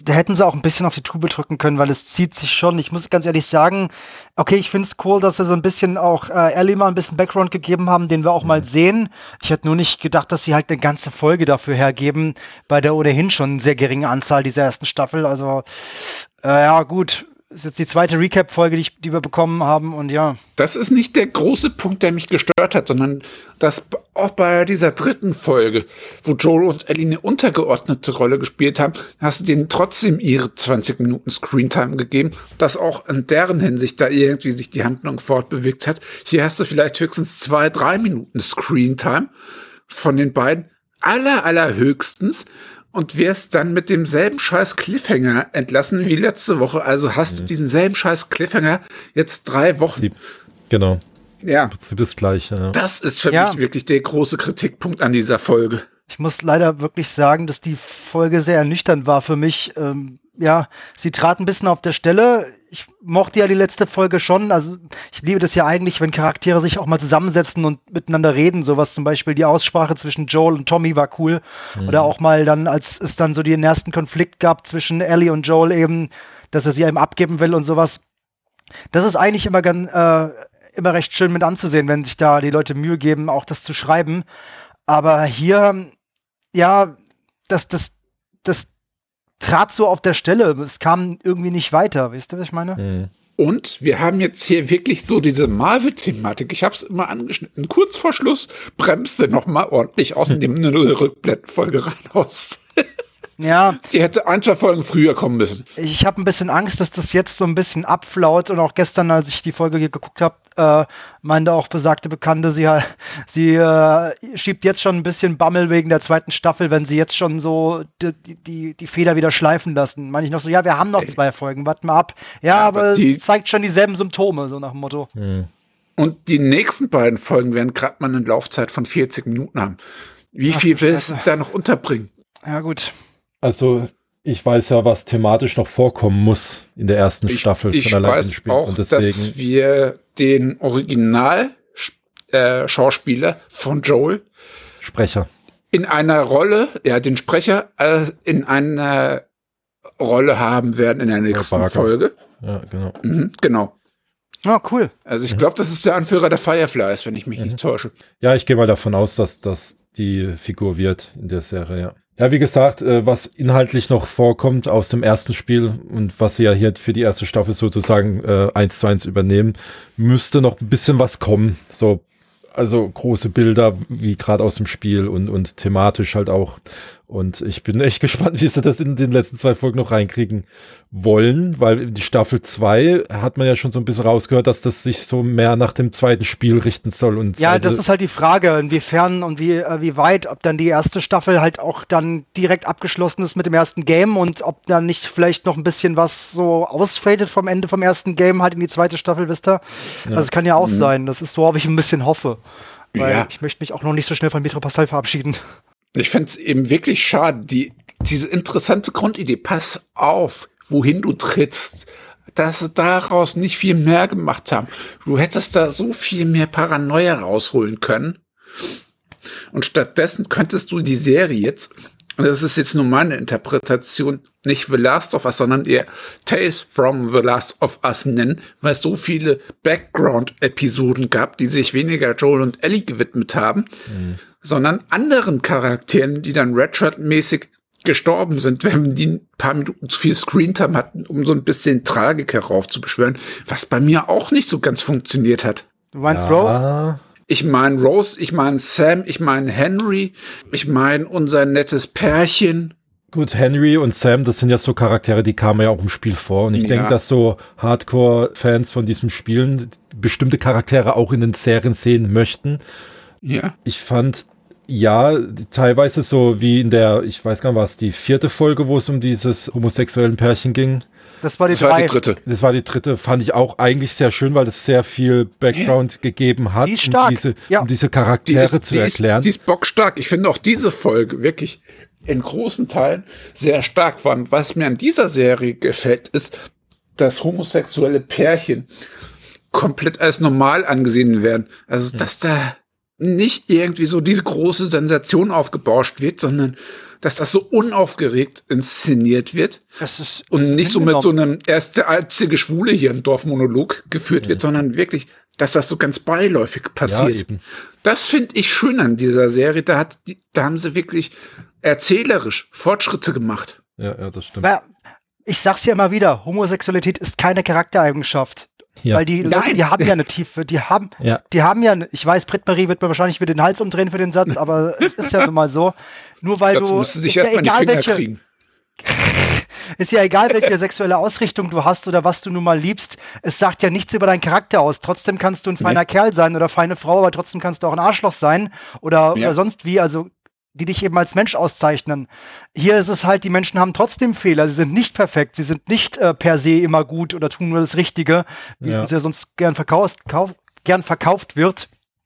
da hätten sie auch ein bisschen auf die Tube drücken können, weil es zieht sich schon. Ich muss ganz ehrlich sagen, okay, ich finde es cool, dass sie so ein bisschen auch äh, Ellie mal ein bisschen Background gegeben haben, den wir auch mhm. mal sehen. Ich hätte nur nicht gedacht, dass sie halt eine ganze Folge dafür hergeben, bei der ohnehin schon sehr geringen Anzahl dieser ersten Staffel. Also, äh, ja, gut. Das ist jetzt die zweite Recap-Folge, die, ich, die wir bekommen haben und ja. Das ist nicht der große Punkt, der mich gestört hat, sondern dass auch bei dieser dritten Folge, wo Joel und Ellie eine untergeordnete Rolle gespielt haben, hast du denen trotzdem ihre zwanzig Minuten Screentime gegeben, dass auch in deren Hinsicht da irgendwie sich die Handlung fortbewegt hat. Hier hast du vielleicht höchstens zwei, drei Minuten Screentime von den beiden, aller, allerhöchstens. Und wirst dann mit demselben scheiß Cliffhanger entlassen wie letzte Woche. Also hast du mhm. diesen selben scheiß Cliffhanger jetzt drei Wochen. Genau. Ja. Im Prinzip das Gleiche. Ja. Das ist für ja. mich wirklich der große Kritikpunkt an dieser Folge. Ich muss leider wirklich sagen, dass die Folge sehr ernüchternd war für mich. Ähm, ja, sie trat ein bisschen auf der Stelle. Ich mochte ja die letzte Folge schon. Also ich liebe das ja eigentlich, wenn Charaktere sich auch mal zusammensetzen und miteinander reden. Sowas zum Beispiel die Aussprache zwischen Joel und Tommy war cool. Mhm. Oder auch mal dann, als es dann so den ersten Konflikt gab zwischen Ellie und Joel eben, dass er sie eben abgeben will und sowas. Das ist eigentlich immer ganz, äh, immer recht schön mit anzusehen, wenn sich da die Leute Mühe geben, auch das zu schreiben. Aber hier, ja, das, das, das trat so auf der Stelle. Es kam irgendwie nicht weiter. Wisst ihr, was ich meine? Mhm. Und wir haben jetzt hier wirklich so diese Marvel-Thematik. Ich habe es immer angeschnitten. Kurz vor Schluss bremste noch mal ordentlich aus, indem eine Rückblendfolge rein aus. Ja. Die hätte ein, zwei Folgen früher kommen müssen. Ich habe ein bisschen Angst, dass das jetzt so ein bisschen abflaut. Und auch gestern, als ich die Folge hier geguckt habe, äh, meinte auch besagte Bekannte, sie, sie äh, schiebt jetzt schon ein bisschen Bammel wegen der zweiten Staffel, wenn sie jetzt schon so die, die, die Feder wieder schleifen lassen. Meine ich noch so, ja, wir haben noch zwei Folgen, warten mal ab. Ja, ja aber, aber die, es zeigt schon dieselben Symptome, so nach dem Motto. Mhm. Und die nächsten beiden Folgen werden gerade mal eine Laufzeit von vierzig Minuten haben. Wie Ach, viel willst du da noch unterbringen? Ja, gut. Also, ich weiß ja, was thematisch noch vorkommen muss in der ersten ich, Staffel ich von der weiß Spiel. auch, und deswegen dass wir den Original-Schauspieler äh, von Joel Sprecher in einer Rolle, ja, den Sprecher äh, in einer Rolle haben werden in der nächsten Folge. Ja, genau. Mhm, genau. Ah, oh, cool. Also ich glaube, das ist der Anführer der Fireflies, wenn ich mich mhm. nicht täusche. Ja, ich gehe mal davon aus, dass das die Figur wird in der Serie, ja. Ja, wie gesagt, äh, was inhaltlich noch vorkommt aus dem ersten Spiel und was sie ja hier für die erste Staffel sozusagen äh, eins zu eins übernehmen, müsste noch ein bisschen was kommen. So, also große Bilder, wie gerade aus dem Spiel und, und thematisch halt auch. Und ich bin echt gespannt, wie sie das in den letzten zwei Folgen noch reinkriegen wollen, weil die Staffel zwei hat man ja schon so ein bisschen rausgehört, dass das sich so mehr nach dem zweiten Spiel richten soll. Und ja, das ist halt die Frage, inwiefern und wie, äh, wie weit, ob dann die erste Staffel halt auch dann direkt abgeschlossen ist mit dem ersten Game und ob dann nicht vielleicht noch ein bisschen was so ausfadet vom Ende vom ersten Game halt in die zweite Staffel, wisst ihr? Ja. Also es kann ja auch mhm. sein, das ist so, ob ich ein bisschen hoffe. Weil ja. ich möchte mich auch noch nicht so schnell von Metro Pascal verabschieden. Ich finde es eben wirklich schade, die, diese interessante Grundidee, pass auf, wohin du trittst, dass sie daraus nicht viel mehr gemacht haben. Du hättest da so viel mehr Paranoia rausholen können. Und stattdessen könntest du die Serie jetzt, und das ist jetzt nur meine Interpretation, nicht The Last of Us, sondern eher Tales from The Last of Us nennen, weil es so viele Background-Episoden gab, die sich weniger Joel und Ellie gewidmet haben, mhm. sondern anderen Charakteren, die dann Redshirt-mäßig gestorben sind, wenn die ein paar Minuten zu viel Screentime hatten, um so ein bisschen Tragik heraufzubeschwören, was bei mir auch nicht so ganz funktioniert hat. Du meinst ja. Rose? Ich meine Rose, ich meine Sam, ich meine Henry, ich meine unser nettes Pärchen. Gut, Henry und Sam, das sind ja so Charaktere, die kamen ja auch im Spiel vor. Und ich ja. denke, dass so Hardcore-Fans von diesem Spielen bestimmte Charaktere auch in den Serien sehen möchten. Ja. Ich fand, ja, teilweise so wie in der, ich weiß gar nicht was, die vierte Folge, wo es um dieses homosexuellen Pärchen ging. Das war die, das war die dritte. Das war die dritte, fand ich auch eigentlich sehr schön, weil es sehr viel Background ja. gegeben hat, die ist stark. Um, diese, ja. um diese Charaktere die ist, zu die erklären. Ist, die ist bockstark. Ich finde auch diese Folge wirklich in großen Teilen sehr stark war. Und was mir an dieser Serie gefällt, ist, dass homosexuelle Pärchen komplett als normal angesehen werden. Also, dass da nicht irgendwie so diese große Sensation aufgebauscht wird, sondern dass das so unaufgeregt inszeniert wird Das ist, und das ist nicht so mit so hingenommen. einem erste einzige Schwule hier im Dorfmonolog geführt wird, sondern wirklich, dass das so ganz beiläufig passiert. Ja, eben. Das finde ich schön an dieser Serie. Da hat die, da haben sie wirklich erzählerisch Fortschritte gemacht. Ja, ja, das stimmt. Ja, ich sag's ja immer wieder, Homosexualität ist keine Charaktereigenschaft. Ja. Weil die Leute, Nein. die haben ja eine Tiefe, die haben, Ja. die haben ja, ich weiß, Britt-Marie wird mir wahrscheinlich wieder den Hals umdrehen für den Satz, aber es ist ja nun mal so. Nur weil Dazu du, musst du dich ist ja erstmal die egal, Finger welche, kriegen. ist ja egal, welche sexuelle Ausrichtung du hast oder was du nun mal liebst, es sagt ja nichts über deinen Charakter aus. Trotzdem kannst du ein feiner Nee. Kerl sein oder feine Frau, aber trotzdem kannst du auch ein Arschloch sein oder, Ja. oder sonst wie, also die dich eben als Mensch auszeichnen. Hier ist es halt, die Menschen haben trotzdem Fehler, sie sind nicht perfekt, sie sind nicht äh, per se immer gut oder tun nur das Richtige, wie Ja. es ja sonst gern verkauft, kauf, gern verkauft wird.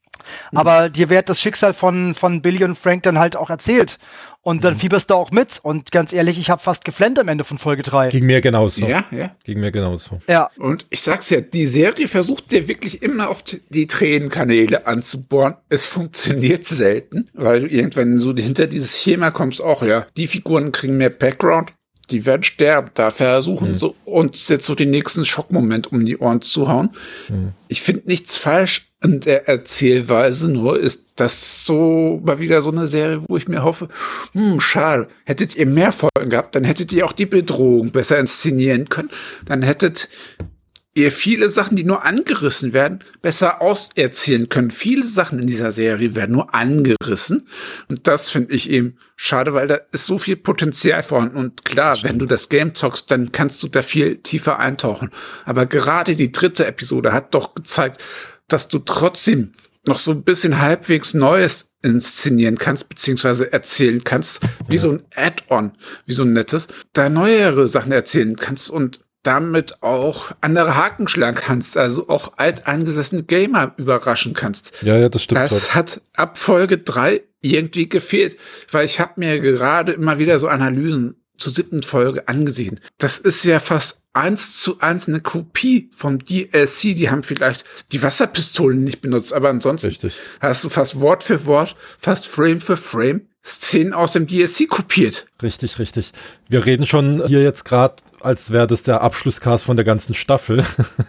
Aber dir wird das Schicksal von, von Billy und Frank dann halt auch erzählt. Und dann fieberst du auch mit. Und ganz ehrlich, ich habe fast geflennt am Ende von Folge drei. Ging mir genauso. Ja, ja. Ging mir genauso. Ja, Und ich sag's ja, die Serie versucht dir wirklich immer auf die Tränenkanäle anzubohren. Es funktioniert selten, weil du irgendwann so hinter dieses Schema kommst, auch ja, die Figuren kriegen mehr Background, die werden sterben, da versuchen so uns jetzt so den nächsten Schockmoment um die Ohren zu hauen. Ich finde nichts falsch an der Erzählweise, nur ist das so mal wieder so eine Serie, wo ich mir hoffe, hm, schade, hättet ihr mehr Folgen gehabt, dann hättet ihr auch die Bedrohung besser inszenieren können, dann hättet ihr viele Sachen, die nur angerissen werden, besser auserzählen können. Viele Sachen in dieser Serie werden nur angerissen. Und das finde ich eben schade, weil da ist so viel Potenzial vorhanden. Und klar, wenn du das Game zockst, dann kannst du da viel tiefer eintauchen. Aber gerade die dritte Episode hat doch gezeigt, dass du trotzdem noch so ein bisschen halbwegs Neues inszenieren kannst, beziehungsweise erzählen kannst, wie so ein Add-on, wie so ein nettes, da neuere Sachen erzählen kannst und damit auch andere Haken schlagen kannst, also auch alteingesessene Gamer überraschen kannst. Ja, ja, das stimmt. Das hat ab Folge drei irgendwie gefehlt, weil ich habe mir gerade immer wieder so Analysen zur siebten Folge angesehen. Das ist ja fast eins zu eins eine Kopie vom D L C. Die haben vielleicht die Wasserpistolen nicht benutzt, aber ansonsten Richtig. hast du fast Wort für Wort, fast Frame für Frame Szenen aus dem D L C kopiert. Richtig, richtig. Wir reden schon hier jetzt gerade, als wäre das der Abschlusscast von der ganzen Staffel.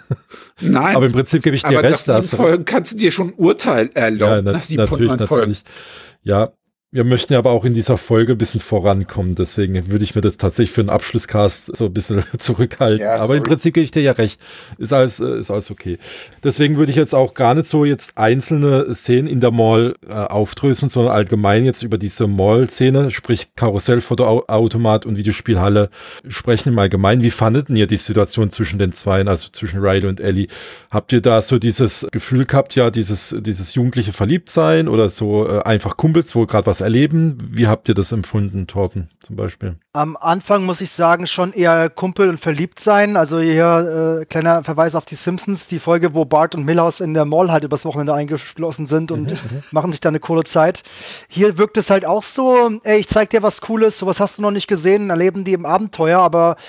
Nein. Aber im Prinzip gebe ich dir aber recht. nach sieben dass- Folgen kannst du dir schon ein Urteil ja, erlauben. na, nach sieben natürlich, Folgen. natürlich. Ja, wir möchten ja aber auch in dieser Folge ein bisschen vorankommen. Deswegen würde ich mir das tatsächlich für einen Abschlusscast so ein bisschen zurückhalten. Ja, aber im sorry. Prinzip gebe ich dir ja recht. Ist alles, äh, ist alles okay. Deswegen würde ich jetzt auch gar nicht so jetzt einzelne Szenen in der Mall äh, aufdröseln, sondern allgemein jetzt über diese Mall-Szene, sprich Karussell-Fotoautomat und Videospielhalle sprechen im Allgemeinen. Wie fandet ihr die Situation zwischen den Zweien, also zwischen Riley und Ellie? Habt ihr da so dieses Gefühl gehabt, ja, dieses, dieses jugendliche Verliebtsein oder so äh, einfach Kumpels, wo gerade was erleben? Wie habt ihr das empfunden, Torben, zum Beispiel? am Anfang muss ich sagen, schon eher Kumpel und verliebt sein. Also hier äh, kleiner Verweis auf die Simpsons, die Folge, wo Bart und Milhouse in der Mall halt übers Wochenende eingeschlossen sind und machen sich da eine coole Zeit. Hier wirkt es halt auch so, ey, ich zeig dir was Cooles, sowas hast du noch nicht gesehen, erleben die im Abenteuer, aber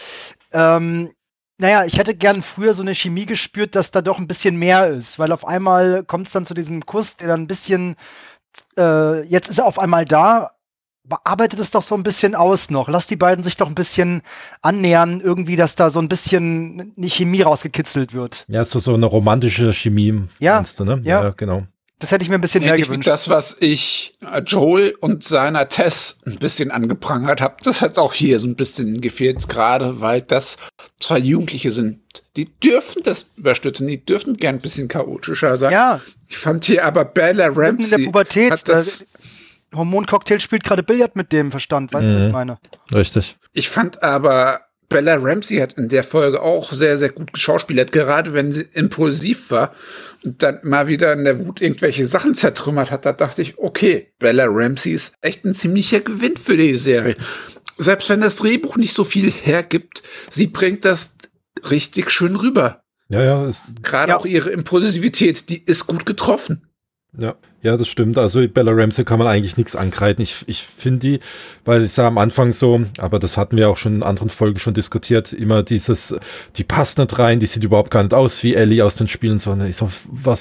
ähm, naja, ich hätte gern früher so eine Chemie gespürt, dass da doch ein bisschen mehr ist, weil auf einmal kommt es dann zu diesem Kuss, der dann ein bisschen, äh, jetzt ist er auf einmal da, bearbeitet es doch so ein bisschen aus noch. Lass die beiden sich doch ein bisschen annähern, irgendwie, dass da so ein bisschen eine Chemie rausgekitzelt wird. Ja, so, so eine romantische Chemie, Ja, meinst du, ne? ja. genau. Das hätte ich mir ein bisschen mehr Ähnlich wie gewünscht. das, was ich äh, Joel und seiner Tess ein bisschen angeprangert habe. Das hat auch hier so ein bisschen gefehlt, gerade weil das zwei Jugendliche sind. Die dürfen das überstützen, die dürfen gern ein bisschen chaotischer sein. Ja, Ich fand hier aber Bella mitten in der Ramsey Pubertät, hat das, äh, Hormoncocktail spielt gerade Billard mit dem Verstand, weißt du, was ich meine? Richtig. ich fand aber Bella Ramsey hat in der Folge auch sehr, sehr gut geschauspielert, gerade wenn sie impulsiv war und dann immer wieder in der Wut irgendwelche Sachen zertrümmert hat. Da dachte ich, okay, Bella Ramsey ist echt ein ziemlicher Gewinn für die Serie. Selbst wenn das Drehbuch nicht so viel hergibt, sie bringt das richtig schön rüber. Ja, ja, ist, Gerade Ja. auch ihre Impulsivität, die ist gut getroffen. ja, ja, das stimmt. Also Bella Ramsey kann man eigentlich nichts ankreiden. Ich, ich finde die, weil ich sah am Anfang so, aber das hatten wir auch schon in anderen Folgen schon diskutiert, immer dieses, die passt nicht rein, die sieht überhaupt gar nicht aus wie Ellie aus den Spielen, sondern ich so, was für ein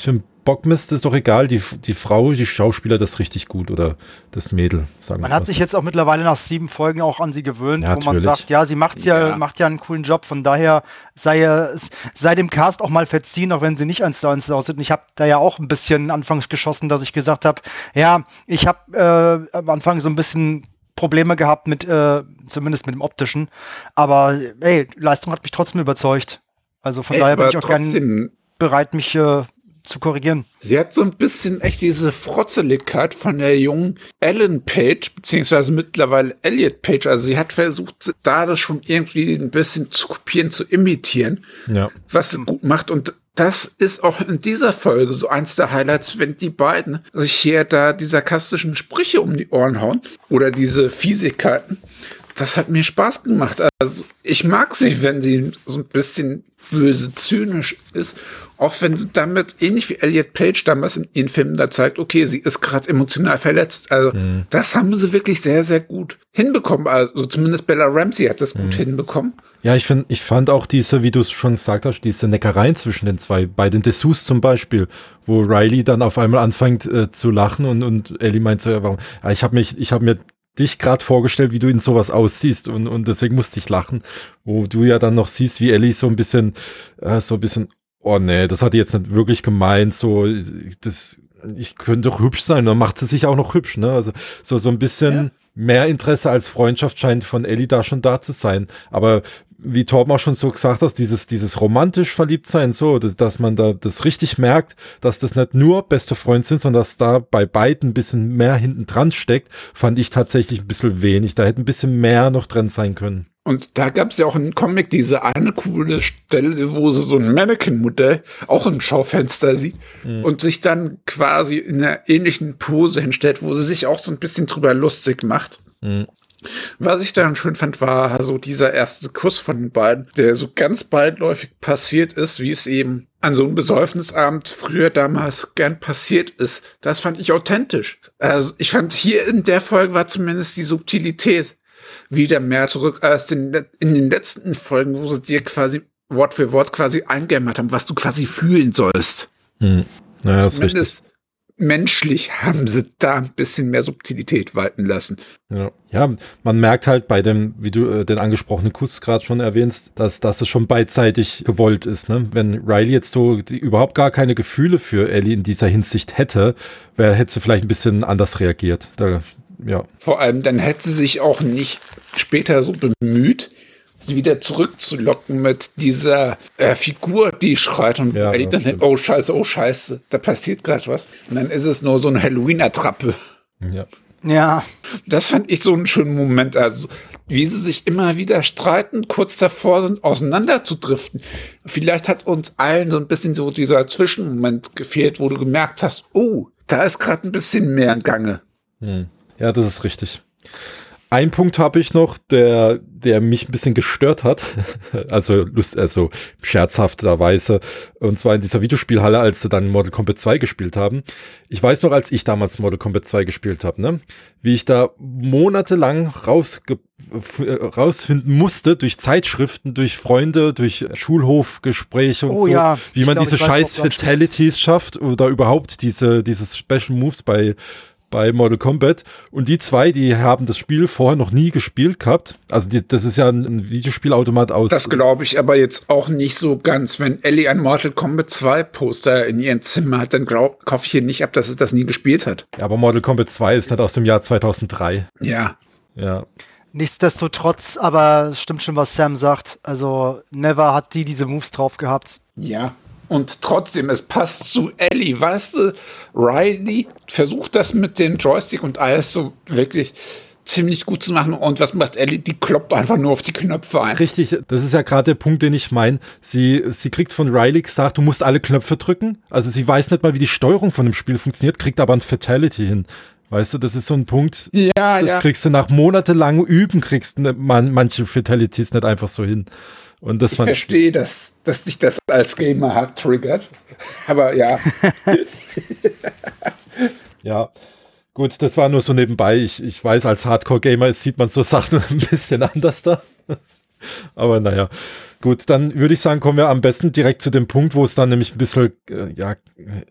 Bockmist, ist doch egal, die, die Frau, die Schauspieler, das richtig gut oder das Mädel, sagen wir Man hat sich so. jetzt auch mittlerweile nach sieben Folgen auch an sie gewöhnt, ja, wo man natürlich. sagt, ja, sie macht's ja, ja. macht ja einen coolen Job, von daher sei, es, sei dem Cast auch mal verziehen, auch wenn sie nicht eins zu eins aussieht. Und ich habe da ja auch ein bisschen anfangs geschossen, dass ich gesagt habe, ja, ich habe äh, am Anfang so ein bisschen Probleme gehabt mit, äh, zumindest mit dem Optischen, aber ey, Leistung hat mich trotzdem überzeugt. Also von Ey, daher bin ich auch trotzdem, gern bereit, mich äh, zu korrigieren. Sie hat so ein bisschen echt diese Frotzeligkeit von der jungen Ellen Page, beziehungsweise mittlerweile Elliot Page. Also sie hat versucht, da das schon irgendwie ein bisschen zu kopieren, zu imitieren, ja. was sie gut macht. Und das ist auch in dieser Folge so eins der Highlights, wenn die beiden sich hier da die sarkastischen Sprüche um die Ohren hauen oder diese Fiesigkeiten. Das hat mir Spaß gemacht. Also ich mag sie, wenn sie so ein bisschen böse, zynisch ist, auch wenn sie damit, ähnlich wie Elliot Page damals in ihren Filmen da zeigt, okay, sie ist gerade emotional verletzt. Also mhm. das haben sie wirklich sehr, sehr gut hinbekommen. Also zumindest Bella Ramsey hat das mhm. gut hinbekommen. Ja, ich finde, ich fand auch diese, wie du es schon gesagt hast, diese Neckereien zwischen den zwei, bei den Dessous zum Beispiel, wo Riley dann auf einmal anfängt äh, zu lachen und, und Ellie meint so, ja, warum? Ja, ich habe mich, ich habe mir dich gerade vorgestellt, wie du in sowas aussiehst und, und deswegen musste ich lachen, wo du ja dann noch siehst, wie Ellie so ein bisschen, äh, so ein bisschen, oh nee, das hat die jetzt nicht wirklich gemeint, so, das, ich könnte doch hübsch sein, dann macht sie sich auch noch hübsch, ne, also so, so ein bisschen ja. mehr Interesse als Freundschaft scheint von Ellie da schon da zu sein, aber wie Torben auch schon so gesagt hat, dieses, dieses romantisch Verliebtsein, so, dass, dass man da das richtig merkt, dass das nicht nur beste Freunde sind, sondern dass da bei beiden ein bisschen mehr hinten dran steckt, fand ich tatsächlich ein bisschen wenig. Da hätte ein bisschen mehr noch drin sein können. Und da gab es ja auch im Comic diese eine coole Stelle, wo sie so ein Mannequin-Modell auch im Schaufenster sieht mhm. und sich dann quasi in einer ähnlichen Pose hinstellt, wo sie sich auch so ein bisschen drüber lustig macht. Mhm. Was ich dann schön fand, war so dieser erste Kuss von den beiden, der so ganz beiläufig passiert ist, wie es eben an so einem Besäufnisabend früher damals gern passiert ist. Das fand ich authentisch. Also ich fand, hier in der Folge war zumindest die Subtilität wieder mehr zurück als in, in den letzten Folgen, wo sie dir quasi Wort für Wort quasi eingehämmert haben, was du quasi fühlen sollst. Hm. Naja, das ist richtig. Menschlich haben sie da ein bisschen mehr Subtilität walten lassen. Ja, ja, man merkt halt bei dem, wie du äh, den angesprochenen Kuss gerade schon erwähnst, dass, dass es schon beidseitig gewollt ist. Ne? Wenn Riley jetzt so die, überhaupt gar keine Gefühle für Ellie in dieser Hinsicht hätte, wär, hätte sie vielleicht ein bisschen anders reagiert. Da, ja. Vor allem, dann hätte sie sich auch nicht später so bemüht, sie wieder zurückzulocken mit dieser äh, Figur, die schreit und ja, die dann denkt, oh scheiße, oh scheiße, da passiert gerade was. Und dann ist es nur so eine Halloween-Attrappe. Ja. Ja. Das fand ich so einen schönen Moment. Also, wie sie sich immer wieder streiten, kurz davor sind, auseinanderzudriften. Vielleicht hat uns allen so ein bisschen so dieser Zwischenmoment gefehlt, wo du gemerkt hast, oh, da ist gerade ein bisschen mehr im Gange. Hm. Ja, das ist richtig. Ein Punkt habe ich noch, der, der mich ein bisschen gestört hat, also, lust, also scherzhafterweise, und zwar in dieser Videospielhalle, als sie dann Mortal Kombat zwei gespielt haben. Ich weiß noch, als ich damals Mortal Kombat zwei gespielt habe, ne, wie ich da monatelang rausge rausfinden musste, durch Zeitschriften, durch Freunde, durch Schulhofgespräche und oh, so, ja. wie man glaub, diese scheiß Fatalities schafft oder überhaupt diese, diese Special Moves bei bei Mortal Kombat. Und die zwei, die haben das Spiel vorher noch nie gespielt gehabt. Also die, das ist ja ein, ein Videospielautomat aus. Das glaube ich aber jetzt auch nicht so ganz. Wenn Ellie ein Mortal Kombat zwei Poster in ihrem Zimmer hat, dann glaub, kaufe ich hier nicht ab, dass sie das nie gespielt hat. Ja, aber Mortal Kombat zwei ist nicht aus dem Jahr zweitausenddrei. Ja. Ja. Nichtsdestotrotz, aber es stimmt schon, was Sam sagt. Also Never hat die diese Moves drauf gehabt. Ja. Und trotzdem, es passt zu Ellie, weißt du, Riley versucht das mit dem Joystick und alles so wirklich ziemlich gut zu machen. Und was macht Ellie? Die kloppt einfach nur auf die Knöpfe ein. Richtig, das ist ja gerade der Punkt, den ich meine. Sie, sie kriegt von Riley gesagt, du musst alle Knöpfe drücken. Also sie weiß nicht mal, wie die Steuerung von dem Spiel funktioniert, kriegt aber ein Fatality hin. Weißt du, das ist so ein Punkt, ja, das ja. kriegst du nach monatelangem Üben, kriegst du man, manche Fatalities nicht einfach so hin. Und das ich verstehe, dass, dass dich das als Gamer hat triggert. Aber ja. Ja, gut, das war nur so nebenbei. Ich, ich weiß, als Hardcore-Gamer sieht man so Sachen ein bisschen anders da. Aber naja, Gut, dann würde ich sagen, kommen wir am besten direkt zu dem Punkt, wo es dann nämlich ein bisschen äh, ja, äh,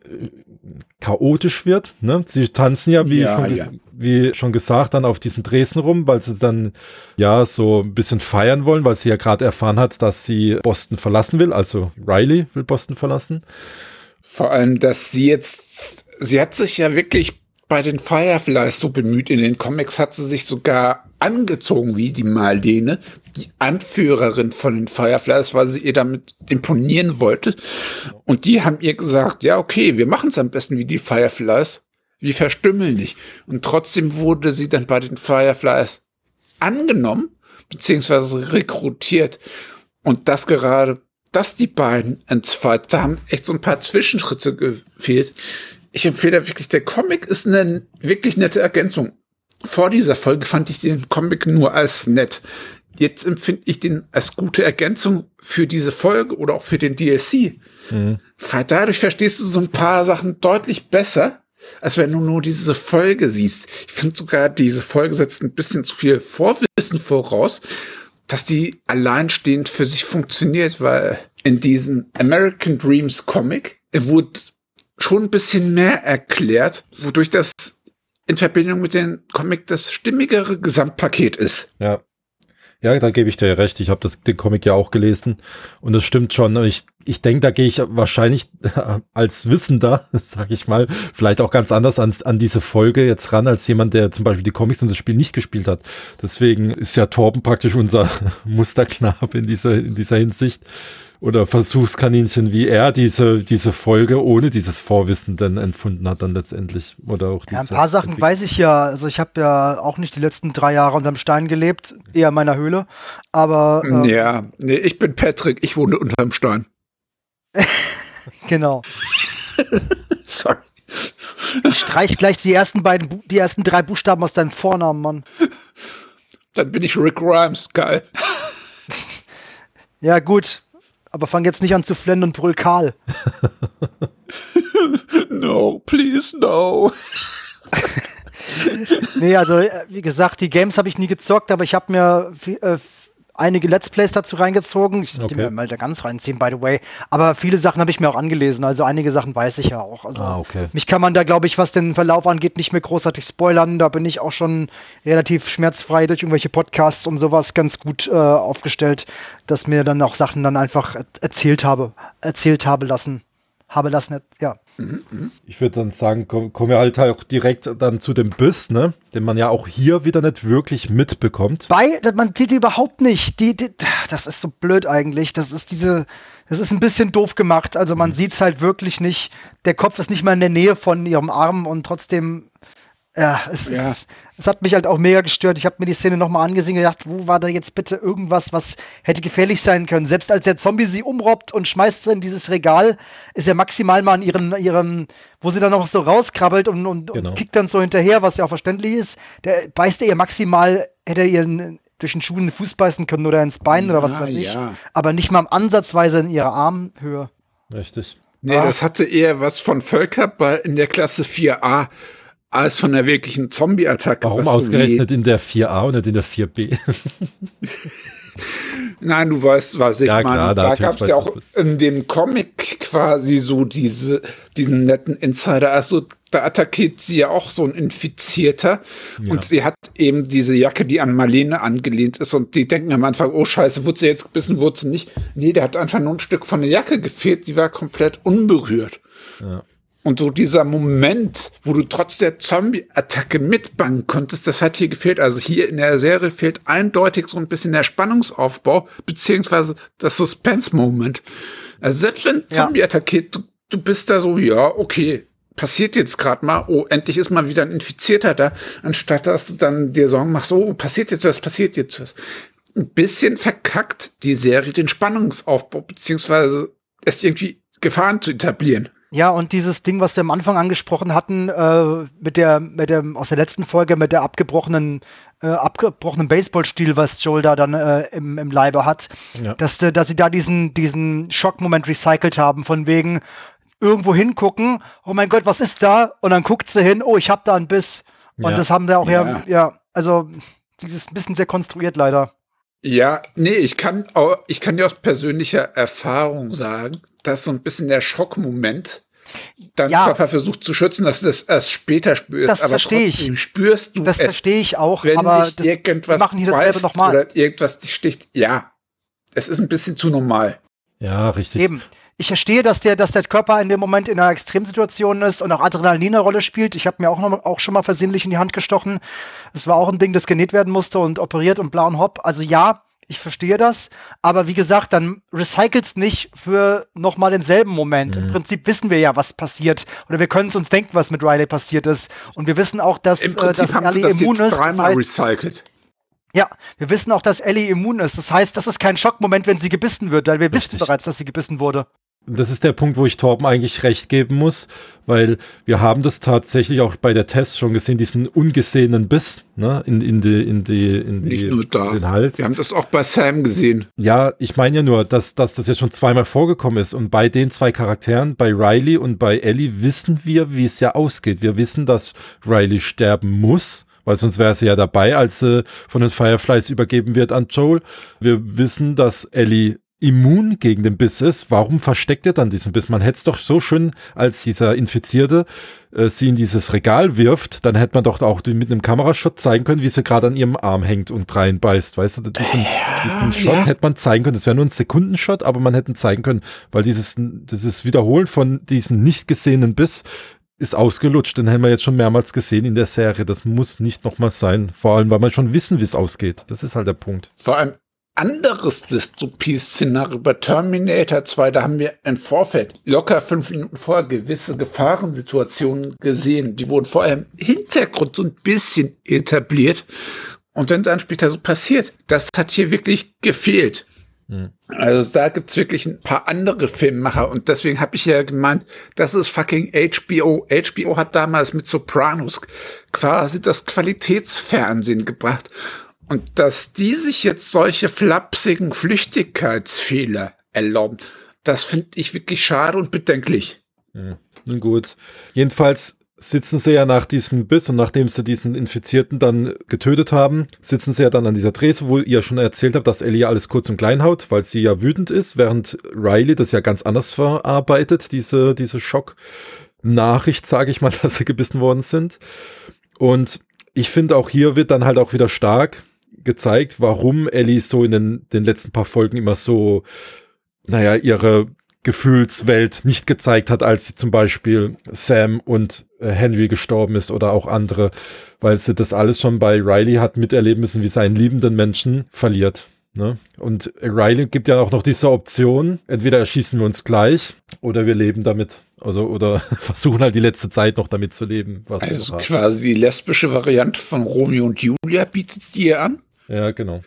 chaotisch wird. Ne? Sie tanzen ja, wie, Ja, schon, ja. wie schon gesagt, dann auf diesen Dresden rum, weil sie dann ja so ein bisschen feiern wollen, weil sie ja gerade erfahren hat, dass sie Boston verlassen will. Also Riley will Boston verlassen. Vor allem, dass sie jetzt, sie hat sich ja wirklich bei den Fireflies so bemüht. In den Comics hat sie sich sogar angezogen wie die Marlene, die Anführerin von den Fireflies, weil sie ihr damit imponieren wollte. Und die haben ihr gesagt, ja, okay, wir machen es am besten wie die Fireflies. Wir verstümmeln dich. Und trotzdem wurde sie dann bei den Fireflies angenommen, beziehungsweise rekrutiert. Und das gerade, dass die beiden entzweit, da haben echt so ein paar Zwischenschritte gefehlt. Ich empfehle wirklich, der Comic ist eine wirklich nette Ergänzung. Vor dieser Folge fand ich den Comic nur als nett. Jetzt empfinde ich den als gute Ergänzung für diese Folge oder auch für den D L C. Mhm. Weil dadurch verstehst du so ein paar Sachen deutlich besser, als wenn du nur diese Folge siehst. Ich finde sogar, diese Folge setzt ein bisschen zu viel Vorwissen voraus, dass die alleinstehend für sich funktioniert, weil in diesem American Dreams Comic wurde schon ein bisschen mehr erklärt, wodurch das in Verbindung mit dem Comic das stimmigere Gesamtpaket ist. Ja. Ja, da gebe ich dir ja recht. Ich habe den Comic ja auch gelesen und das stimmt schon. Ich, ich denke, da gehe ich wahrscheinlich als Wissender, sag ich mal, vielleicht auch ganz anders an, an diese Folge jetzt ran, als jemand, der zum Beispiel die Comics und das Spiel nicht gespielt hat. Deswegen ist ja Torben praktisch unser Musterknabe in dieser, in dieser Hinsicht. Oder Versuchskaninchen, wie er diese, diese Folge ohne dieses Vorwissen dann empfunden hat dann letztendlich. Oder auch ja, ein paar Sachen Entwick- weiß ich ja. Also ich habe ja auch nicht die letzten drei Jahre unterm Stein gelebt, eher in meiner Höhle. Aber ähm, ja, nee, ich bin Patrick, ich wohne unterm Stein. Genau. Sorry. Ich streich gleich die ersten beiden, die ersten drei Buchstaben aus deinem Vornamen, Mann. Dann bin ich Rick Grimes, geil. Ja, gut. Aber fang jetzt nicht an zu flennen und brüll Karl. No, please, no. Nee, also wie gesagt, die Games habe ich nie gezockt, aber ich habe mir äh, einige Let's Plays dazu reingezogen. Ich sollte Okay. mir mal da ganz reinziehen, by the way. Aber viele Sachen habe ich mir auch angelesen. Also einige Sachen weiß ich ja auch. Also Ah, okay. mich kann man da, glaube ich, was den Verlauf angeht, nicht mehr großartig spoilern. Da bin ich auch schon relativ schmerzfrei durch irgendwelche Podcasts und sowas ganz gut äh, aufgestellt, dass mir dann auch Sachen dann einfach er- erzählt habe, erzählt habe lassen. Habe lassen, ja. Ich würde dann sagen, komm- kommen wir halt auch direkt dann zu dem Biss, ne? Den man ja auch hier wieder nicht wirklich mitbekommt. Bei, man sieht die überhaupt nicht. Die, die, das ist so blöd eigentlich. Das ist diese, das ist ein bisschen doof gemacht. Also man sieht es halt wirklich nicht. Der Kopf ist nicht mal in der Nähe von ihrem Arm und trotzdem, ja, es, Ja. es, es hat mich halt auch mega gestört. Ich habe mir die Szene nochmal angesehen und gedacht, wo war da jetzt bitte irgendwas, was hätte gefährlich sein können? Selbst als der Zombie sie umrobbt und schmeißt sie in dieses Regal, ist er maximal mal an ihren, ihrem, wo sie dann noch so rauskrabbelt und, und, Genau. und kickt dann so hinterher, was ja auch verständlich ist. Der beißt er ihr maximal, hätte er ihren durch den Schuh in den Fuß beißen können oder ins Bein oder was Ja, weiß ich. ja. Aber nicht mal ansatzweise in ihrer Armhöhe. Richtig. Nee, Ah. das hatte eher was von Völkerball in der Klasse vier a als von der wirklichen Zombie-Attacke. Warum was so ausgerechnet in der vier a und nicht in der vier b? Nein, du weißt, was ich Ja, meine. klar, da natürlich gab es weiß ja ich auch das. in dem Comic quasi so diese, diesen netten Insider. Also da attackiert sie ja auch so ein Infizierter. Ja. Und sie hat eben diese Jacke, die an Marlene angelehnt ist. Und die denken am Anfang, oh scheiße, wurde sie jetzt gebissen, wurde sie nicht. Nee, der hat einfach nur ein Stück von der Jacke gefehlt. Die war komplett unberührt. Ja. Und so dieser Moment, wo du trotz der Zombie-Attacke mitbangen konntest, das hat hier gefehlt. Also hier in der Serie fehlt eindeutig so ein bisschen der Spannungsaufbau, beziehungsweise das Suspense-Moment. Also selbst wenn Ja. Zombie attackiert, du, du bist da so, ja, okay, passiert jetzt gerade mal, oh, endlich ist mal wieder ein Infizierter da, anstatt dass du dann dir Sorgen machst, oh, passiert jetzt was, passiert jetzt was. Ein bisschen verkackt die Serie den Spannungsaufbau, beziehungsweise es irgendwie Gefahren zu etablieren. Ja, und dieses Ding, was wir am Anfang angesprochen hatten, äh, mit der, mit dem, aus der letzten Folge, mit der abgebrochenen, äh, abgebrochenen Baseballstiel, was Joel da dann äh, im, im Leibe hat, Ja. dass, äh, dass sie da diesen, diesen Schockmoment recycelt haben, von wegen irgendwo hingucken, oh mein Gott, was ist da? Und dann guckt sie hin, oh, ich hab da einen Biss. Und Ja. das haben wir auch ja, Ja. ja, also, dieses ein bisschen sehr konstruiert leider. Ja, nee, ich kann auch, ich kann dir aus persönlicher Erfahrung sagen, dass so ein bisschen der Schockmoment dein Ja. Körper versucht zu schützen, dass du das erst später spürst. Das aber verstehe ich. trotzdem spürst du Das es, verstehe ich auch, wenn aber dich das, irgendwas wir machen hier dasselbe beißt nochmal. oder irgendwas dich sticht. Ja, es ist ein bisschen zu normal. Ja, richtig. Eben. Ich verstehe, dass der, dass der Körper in dem Moment in einer Extremsituation ist und auch Adrenalin eine Rolle spielt. Ich habe mir auch, noch, auch schon mal versehentlich in die Hand gestochen. Es war auch ein Ding, das genäht werden musste und operiert und bla und hopp. Also ja, ich verstehe das. Aber wie gesagt, dann recycelt's nicht für nochmal denselben Moment. Mhm. Im Prinzip wissen wir ja, was passiert. Oder wir können es uns denken, was mit Riley passiert ist. Und wir wissen auch, dass, Im äh, Prinzip dass haben sie Ellie das immun jetzt ist. Das dreimal heißt, recycelt. ja, wir wissen auch, dass Ellie immun ist. Das heißt, das ist kein Schockmoment, wenn sie gebissen wird, weil wir Richtig. wissen bereits, dass sie gebissen wurde. Das ist der Punkt, wo ich Torben eigentlich recht geben muss, weil wir haben das tatsächlich auch bei der Test schon gesehen, diesen ungesehenen Biss, ne, in, in die, in die, in die, Nicht nur da. in den Hals. Wir haben das auch bei Sam gesehen. Ja, ich meine ja nur, dass, dass das jetzt schon zweimal vorgekommen ist und bei den zwei Charakteren, bei Riley und bei Ellie, wissen wir, wie es ja ausgeht. Wir wissen, dass Riley sterben muss, weil sonst wäre sie ja dabei, als sie von den Fireflies übergeben wird an Joel. Wir wissen, dass Ellie immun gegen den Biss ist. Warum versteckt er dann diesen Biss? Man hätte es doch so schön, als dieser Infizierte äh, sie in dieses Regal wirft, dann hätte man doch auch die, mit einem Kamerashot zeigen können, wie sie gerade an ihrem Arm hängt und reinbeißt. Weißt du, diesen, Ja, diesen Shot ja. hätte man zeigen können. Das wäre nur ein Sekundenshot, aber man hätte ihn zeigen können, weil dieses, dieses Wiederholen von diesem nicht gesehenen Biss ist ausgelutscht. Den haben wir jetzt schon mehrmals gesehen in der Serie. Das muss nicht nochmal sein. Vor allem, weil wir schon wissen, wie es ausgeht. Das ist halt der Punkt. Vor allem anderes Dystopie-Szenario bei Terminator zwei, da haben wir im Vorfeld locker fünf Minuten vorher gewisse Gefahrensituationen gesehen. Die wurden vorher im Hintergrund so ein bisschen etabliert und dann dann später so passiert. Das hat hier wirklich gefehlt. Hm. Also da gibt's wirklich ein paar andere Filmemacher und deswegen habe ich ja gemeint, das ist fucking H B O. H B O hat damals mit Sopranos quasi das Qualitätsfernsehen gebracht. Und dass die sich jetzt solche flapsigen Flüchtigkeitsfehler erlauben, das finde ich wirklich schade und bedenklich. Hm. Nun gut. Jedenfalls sitzen sie ja nach diesem Biss und nachdem sie diesen Infizierten dann getötet haben, sitzen sie ja dann an dieser Trese, wo ihr schon erzählt habt, dass Ellie ja alles kurz und klein haut, weil sie ja wütend ist, während Riley das ja ganz anders verarbeitet, diese, diese Schocknachricht, sage ich mal, dass sie gebissen worden sind. Und ich finde auch hier wird dann halt auch wieder stark gezeigt, warum Ellie so in den, den letzten paar Folgen immer so, naja, ihre Gefühlswelt nicht gezeigt hat, als sie zum Beispiel Sam und äh, Henry gestorben ist oder auch andere, weil sie das alles schon bei Riley hat miterleben müssen, wie sie einen liebenden Menschen verliert. Ne? Und Riley gibt ja auch noch diese Option, entweder erschießen wir uns gleich oder wir leben damit. Also, oder versuchen halt die letzte Zeit noch damit zu leben. Was Also wir quasi die lesbische Variante von Romeo und Julia bietet die ihr an. ja, genau.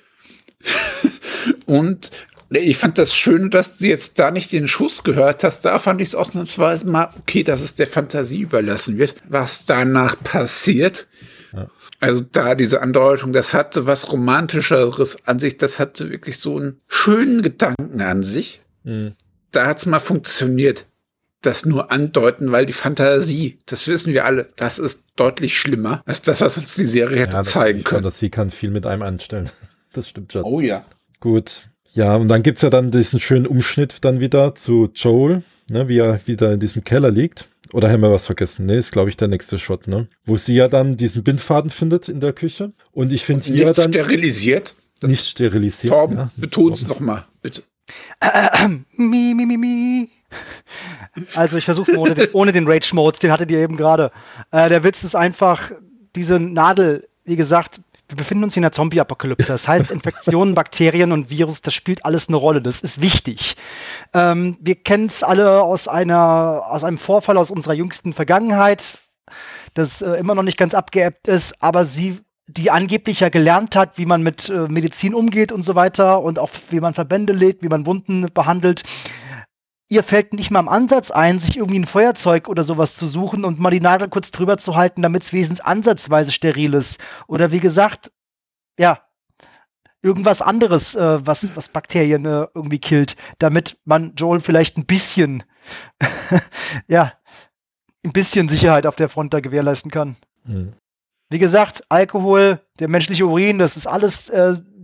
Und ich fand das schön, dass du jetzt da nicht den Schuss gehört hast. Da fand ich es ausnahmsweise mal okay, dass es der Fantasie überlassen wird, was danach passiert. Ja. Also da diese Andeutung, das hatte was Romantischeres an sich. Das hatte wirklich so einen schönen Gedanken an sich. Mhm. Da hat es mal funktioniert. Das nur andeuten, weil die Fantasie, das wissen wir alle, das ist deutlich schlimmer als das, was uns die Serie hätte Ja, zeigen können. Dass sie kann viel mit einem anstellen. Das stimmt schon. Oh ja. Gut. Ja, und dann gibt's ja dann diesen schönen Umschnitt dann wieder zu Joel, ne, wie er wieder in diesem Keller liegt. Oder haben wir was vergessen? Nee, ist, glaube ich, der nächste Shot, ne? Wo sie ja dann diesen Bindfaden findet in der Küche. Und ich finde hier Nicht dann sterilisiert. Das nicht sterilisiert. Torben, ja. beton's noch mal, bitte. Mi, mi, mi, mi. Also ich versuch's mal ohne den, ohne den Rage-Mode, den hattet ihr eben gerade. Äh, der Witz ist einfach, diese Nadel, wie gesagt, wir befinden uns in einer Zombie-Apokalypse. Das heißt, Infektionen, Bakterien und Virus, das spielt alles eine Rolle. Das ist wichtig. Ähm, wir kennen es alle aus einer, aus einem Vorfall aus unserer jüngsten Vergangenheit, das äh, immer noch nicht ganz abgeebbt ist, aber sie, die angeblich ja gelernt hat, wie man mit äh, Medizin umgeht und so weiter und auch wie man Verbände legt, wie man Wunden behandelt. Ihr fällt nicht mal im Ansatz ein, sich irgendwie ein Feuerzeug oder sowas zu suchen und mal die Nadel kurz drüber zu halten, damit es wenigstens ansatzweise steril ist. Oder wie gesagt, ja, irgendwas anderes, äh, was, was Bakterien äh, irgendwie killt, damit man Joel vielleicht ein bisschen, ja, ein bisschen Sicherheit auf der Front da gewährleisten kann. Mhm. Wie gesagt, Alkohol, der menschliche Urin, das ist alles äh,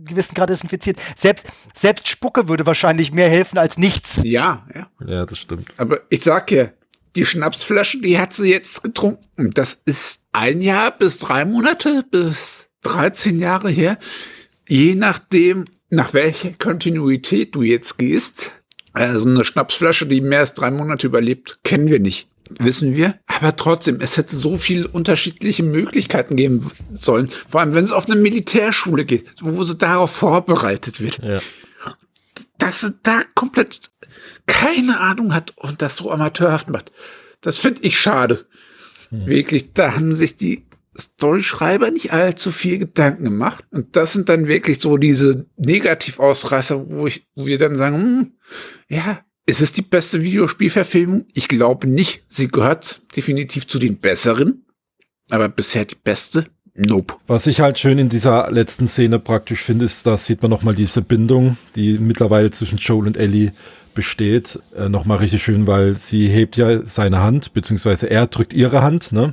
gewissen Grad desinfiziert. Selbst, selbst Spucke würde wahrscheinlich mehr helfen als nichts. Ja, ja. Ja, das stimmt. Aber ich sag ja, die Schnapsflasche, die hat sie jetzt getrunken. Das ist ein Jahr bis drei Monate, bis dreizehn Jahre her. Je nachdem, nach welcher Kontinuität du jetzt gehst. Also eine Schnapsflasche, die mehr als drei Monate überlebt, kennen wir nicht. Wissen wir. Aber trotzdem, es hätte so viele unterschiedliche Möglichkeiten geben sollen. Vor allem, wenn es auf eine Militärschule geht, wo sie darauf vorbereitet wird. Ja. Dass sie da komplett keine Ahnung hat und das so amateurhaft macht. Das finde ich schade. Hm. Wirklich, da haben sich die Storyschreiber nicht allzu viel Gedanken gemacht. Und das sind dann wirklich so diese Negativausreißer, wo ich, wo wir dann sagen, hm, ja, ist es die beste Videospielverfilmung? Ich glaube nicht. Sie gehört definitiv zu den besseren. Aber bisher die beste? Nope. Was ich halt schön in dieser letzten Szene praktisch finde, ist, da sieht man nochmal diese Bindung, die mittlerweile zwischen Joel und Ellie besteht. Äh, nochmal richtig schön, weil sie hebt ja seine Hand, beziehungsweise er drückt ihre Hand, ne?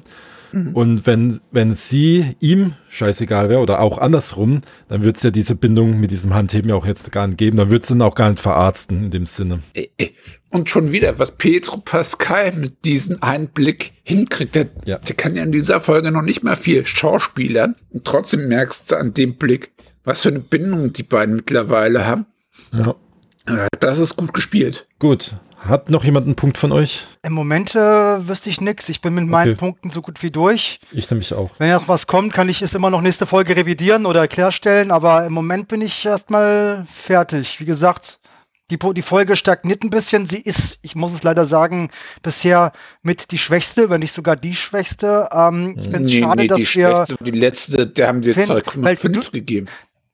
Und wenn, wenn sie ihm scheißegal wäre oder auch andersrum, dann würde es ja diese Bindung mit diesem Handheben ja auch jetzt gar nicht geben. Dann würde es dann auch gar nicht verarzten in dem Sinne. Und schon wieder, was Pedro Pascal mit diesem Einblick hinkriegt, der, ja. der kann ja in dieser Folge noch nicht mal viel schauspielern. Und trotzdem merkst du an dem Blick, was für eine Bindung die beiden mittlerweile haben. Ja. Das ist gut gespielt. Gut. Hat noch jemand einen Punkt von euch? Im Moment äh, wüsste ich nichts. Ich bin mit meinen Okay. Punkten so gut wie durch. Ich nämlich auch. Wenn jetzt was kommt, kann ich es immer noch nächste Folge revidieren oder klarstellen, aber im Moment bin ich erstmal fertig. Wie gesagt, die, Po- die Folge stagniert ein bisschen. Sie ist, ich muss es leider sagen, bisher mit die schwächste, wenn nicht sogar die schwächste. Ähm, ich finde es schade, die dass wir... schwächste, die letzte, der haben wir Finn, zwei Komma weil fünf du- gegeben.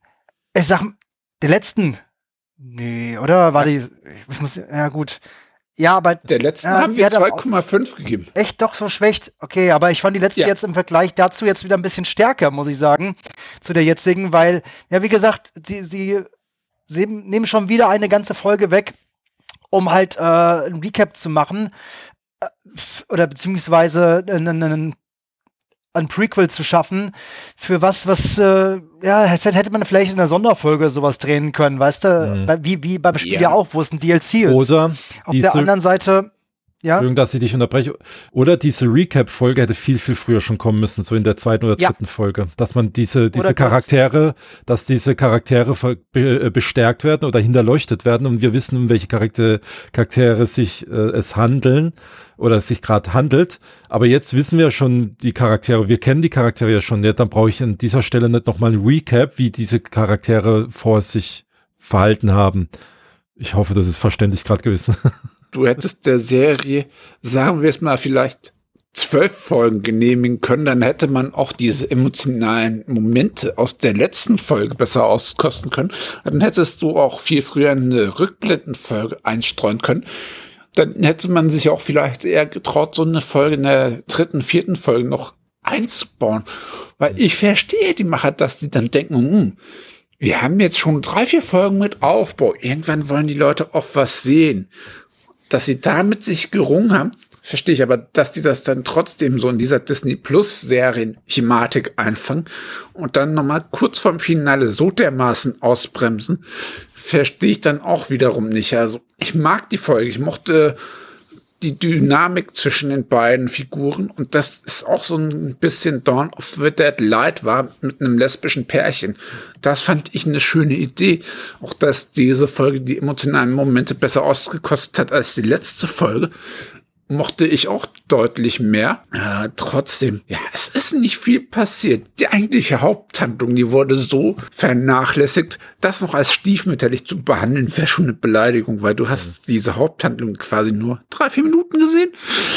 Ich sag, der letzten... Nee, oder? War die... Ich muss, ja gut. Ja, aber... Der letzten Ja, haben die wir hat aber zwei Komma fünf gegeben. Echt doch so schwächt. Okay, aber ich fand die letzte Ja. jetzt im Vergleich dazu jetzt wieder ein bisschen stärker, muss ich sagen, zu der jetzigen, weil, ja, wie gesagt, sie, sie, sie nehmen schon wieder eine ganze Folge weg, um halt äh, ein Recap zu machen äh, oder beziehungsweise einen, einen, ein Prequel zu schaffen für was, was, äh, ja, das hätte man vielleicht in einer Sonderfolge sowas drehen können, weißt du, Mhm. Bei- wie, wie beim Spiel ja. Ja. auch, wo es ein D L C ist. Oder Auf diese, der anderen Seite, ja, Entschuldigung, dass ich dich unterbreche. Oder diese Recap-Folge hätte viel, viel früher schon kommen müssen, so in der zweiten oder Ja. dritten Folge. Dass man diese, diese Oder das- Charaktere, dass diese Charaktere ver- be, äh, bestärkt werden oder hinterleuchtet werden und wir wissen, um welche Charakter, Charaktere sich äh, es handeln oder es sich gerade handelt. Aber jetzt wissen wir schon die Charaktere, wir kennen die Charaktere ja schon. Ja, dann brauche ich an dieser Stelle nicht nochmal ein Recap, wie diese Charaktere vor sich verhalten haben. Ich hoffe, das ist verständlich gerade gewesen. Du hättest der Serie, sagen wir es mal, vielleicht zwölf Folgen genehmigen können, dann hätte man auch diese emotionalen Momente aus der letzten Folge besser auskosten können. Dann hättest du auch viel früher eine Rückblendenfolge einstreuen können. Dann hätte man sich auch vielleicht eher getraut, so eine Folge in der dritten, vierten Folge noch einzubauen. Weil ich verstehe die Macher, dass die dann denken, hm, wir haben jetzt schon drei, vier Folgen mit Aufbau. Irgendwann wollen die Leute auch was sehen. Dass sie damit sich gerungen haben, verstehe ich, aber dass die das dann trotzdem so in dieser Disney-Plus-Serien-Thematik einfangen und dann nochmal kurz vorm Finale so dermaßen ausbremsen, verstehe ich dann auch wiederum nicht. Also ich mag die Folge, ich mochte die Dynamik zwischen den beiden Figuren und das ist auch so ein bisschen Dawn of the Dead Light war mit einem lesbischen Pärchen. Das fand ich eine schöne Idee. Auch dass diese Folge die emotionalen Momente besser ausgekostet hat als die letzte Folge, mochte ich auch deutlich mehr. Äh, trotzdem, ja, es ist nicht viel passiert. Die eigentliche Haupthandlung, die wurde so vernachlässigt, das noch als stiefmütterlich zu behandeln, wäre schon eine Beleidigung, weil du hast diese Haupthandlung quasi nur drei, vier Minuten gesehen.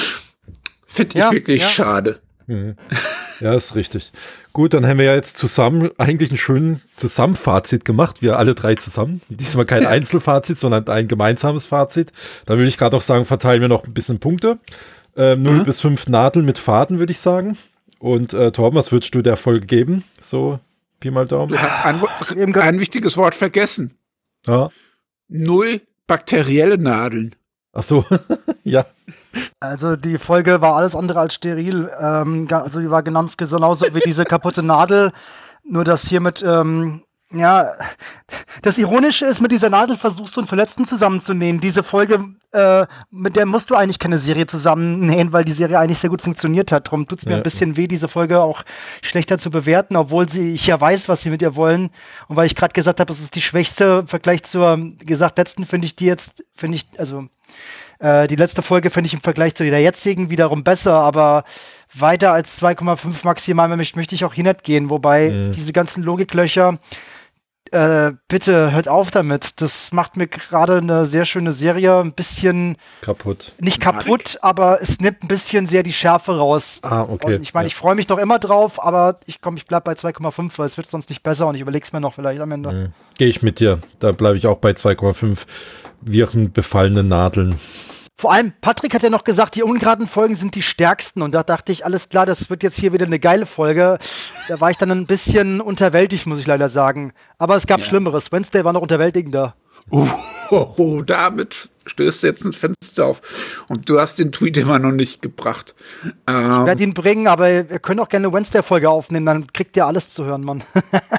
Finde ich Ja, wirklich ja. schade. Mhm. Ja, ist richtig. Gut, dann haben wir ja jetzt zusammen eigentlich einen schönen Zusammenfazit gemacht, wir alle drei zusammen. Diesmal kein Einzelfazit, sondern ein gemeinsames Fazit. Da würde ich gerade auch sagen, verteilen wir noch ein bisschen Punkte. Ähm, null Mhm. bis fünf Nadeln mit Faden, würde ich sagen. Und äh, Torben, was würdest du der Folge geben? So, Pi mal Daumen. Du hast ein, Eben ge- ein wichtiges Wort vergessen. Ja. Null bakterielle Nadeln. Ach so, ja. Also die Folge war alles andere als steril. Ähm, ga- also die war ganz genauso wie diese kaputte Nadel, nur dass hier mit, ähm, Ja, das Ironische ist, mit dieser Nadel versuchst du einen Verletzten zusammenzunähen. Diese Folge, äh, mit der musst du eigentlich keine Serie zusammennähen, weil die Serie eigentlich sehr gut funktioniert hat. Darum tut es mir Ja. ein bisschen weh, diese Folge auch schlechter zu bewerten, obwohl sie, ich ja weiß, was sie mit ihr wollen. Und weil ich gerade gesagt habe, das ist die schwächste im Vergleich zur, wie gesagt, letzten finde ich die jetzt, finde ich, also äh, die letzte Folge finde ich im Vergleich zu der jetzigen wiederum besser, aber weiter als zwei Komma fünf maximal möchte, möchte ich auch hier nicht gehen, wobei Mhm. diese ganzen Logiklöcher, Äh, bitte hört auf damit. Das macht mir gerade eine sehr schöne Serie ein bisschen, Kaputt. nicht kaputt, aber es nimmt ein bisschen sehr die Schärfe raus. Ah, okay. Und ich meine, Ja. ich freue mich doch immer drauf, aber ich komme, ich bleib bei zwei Komma fünf, weil es wird sonst nicht besser und ich überlege es mir noch vielleicht am Ende. Mhm. Gehe ich mit dir. Da bleibe ich auch bei zwei Komma fünf. Wirken befallene Nadeln. Vor allem, Patrick hat ja noch gesagt, die ungeraden Folgen sind die stärksten und da dachte ich, alles klar, das wird jetzt hier wieder eine geile Folge. Da war ich dann ein bisschen unterwältigt, muss ich leider sagen. Aber es gab Ja. Schlimmeres. Wednesday war noch unterwältigender. Oh, oh, oh, damit stößt jetzt ein Fenster auf. Und du hast den Tweet immer noch nicht gebracht. Ich Ähm, werde ihn bringen, aber wir können auch gerne eine Wednesday-Folge aufnehmen, dann kriegt ihr alles zu hören, Mann.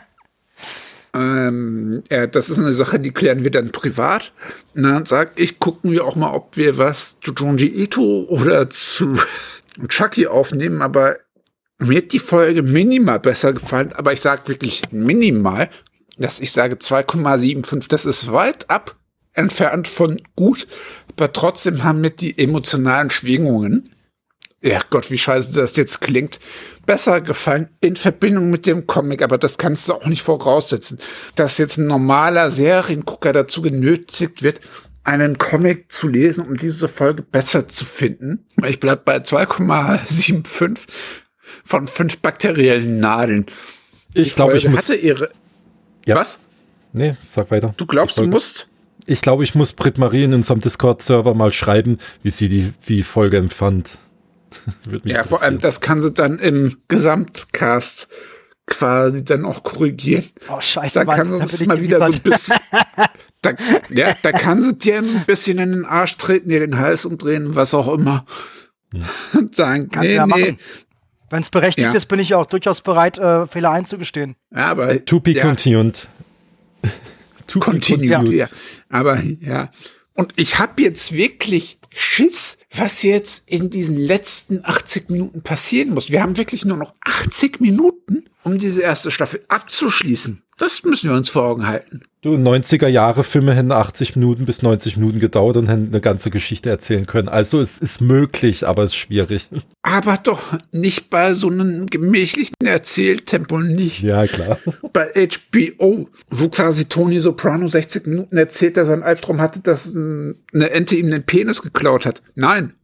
ähm, ja, das ist eine Sache, die klären wir dann privat. Na, sagt ich, gucken wir auch mal, ob wir was zu Junji Ito oder zu Chucky aufnehmen, aber mir hat die Folge minimal besser gefallen, aber ich sage wirklich minimal, dass ich sage zwei Komma fünfundsiebzig, das ist weit ab entfernt von gut, aber trotzdem haben mir die emotionalen Schwingungen, ja Gott, wie scheiße das jetzt klingt, besser gefallen in Verbindung mit dem Comic, aber das kannst du auch nicht voraussetzen, dass jetzt ein normaler Seriengucker dazu genötigt wird, einen Comic zu lesen, um diese Folge besser zu finden. Ich bleib bei zwei Komma fünfundsiebzig von fünf bakteriellen Nadeln. Ich glaube, ich Folge muss. hatte ihre. Ja. Was? Nee, sag weiter. Du glaubst, Ich du wollte- musst? Ich glaube, ich muss Brit Marie in unserem Discord-Server mal schreiben, wie sie die wie Folge empfand. Würde mich Ja, vor allem, interessieren. das kann sie dann im Gesamtcast quasi dann auch korrigieren. Oh, scheiße, Da Mann, kann sie da uns bin ich mal wieder so ein geliefert. bisschen. Da, ja, da kann sie dir ein bisschen in den Arsch treten, dir den Hals umdrehen, was auch immer. Und sagen, Kann nee, sie ja nee. machen. Wenn es berechtigt Ja. ist, bin ich auch durchaus bereit, äh, Fehler einzugestehen. Ja, aber. To be ja, continued. To be Continued, ja. Aber ja. Und ich habe jetzt wirklich Schiss, was jetzt in diesen letzten achtzig Minuten passieren muss. Wir haben wirklich nur noch achtzig Minuten, um diese erste Staffel abzuschließen. Das müssen wir uns vor Augen halten. Du, neunziger-Jahre-Filme hätten achtzig Minuten bis neunzig Minuten gedauert und hätten eine ganze Geschichte erzählen können. Also es ist möglich, aber es ist schwierig. Aber doch nicht bei so einem gemächlichen Erzähltempo, nicht Ja, klar. bei H B O, wo quasi Tony Soprano sechzig Minuten erzählt, dass er einen Albtraum hatte, dass ähm, eine Ente ihm den Penis geklaut hat. Nein.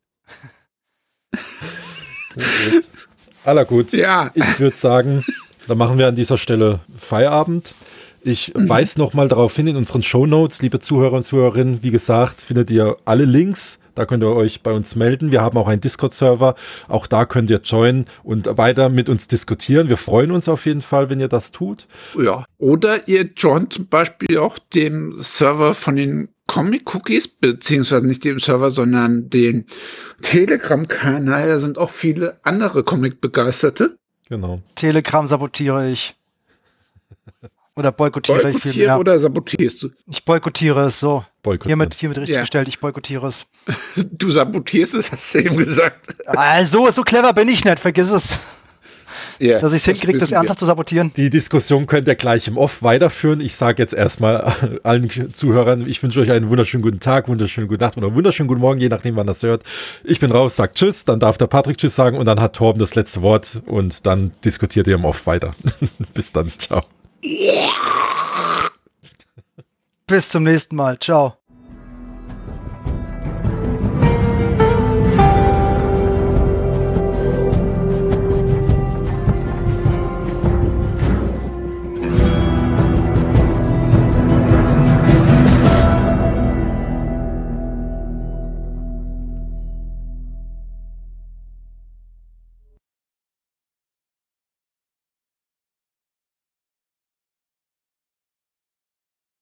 Aller gut. Ja. Ich würde sagen, da machen wir an dieser Stelle Feierabend. Ich Mhm. weise noch mal darauf hin in unseren Shownotes, liebe Zuhörer und Zuhörerinnen. Wie gesagt, findet ihr alle Links. Da könnt ihr euch bei uns melden. Wir haben auch einen Discord-Server. Auch da könnt ihr joinen und weiter mit uns diskutieren. Wir freuen uns auf jeden Fall, wenn ihr das tut. Ja. Oder ihr joint zum Beispiel auch dem Server von den Comic-Cookies, beziehungsweise nicht dem Server, sondern den Telegram-Kanal. Da sind auch viele andere Comic-Begeisterte. Genau. Telegram sabotiere ich. Oder boykottiere ich Boykottieren viel. Ja. oder sabotierst du? Ich boykottiere es so. Boykottieren. Hiermit, hiermit richtig Ja. gestellt, ich boykottiere es. Du sabotierst es, hast du eben gesagt. Also, so clever bin ich nicht, vergiss es. Ja, Dass ich es hinkriege, das wissen wir. ernsthaft zu sabotieren. Die Diskussion könnt ihr gleich im Off weiterführen. Ich sage jetzt erstmal allen Zuhörern, ich wünsche euch einen wunderschönen guten Tag, wunderschönen guten Nacht oder wunderschönen guten Morgen, je nachdem, wann das hört. Ich bin raus, sagt Tschüss, dann darf der Patrick Tschüss sagen und dann hat Torben das letzte Wort und dann diskutiert ihr im Off weiter. Bis dann, ciao. Bis zum nächsten Mal. Ciao.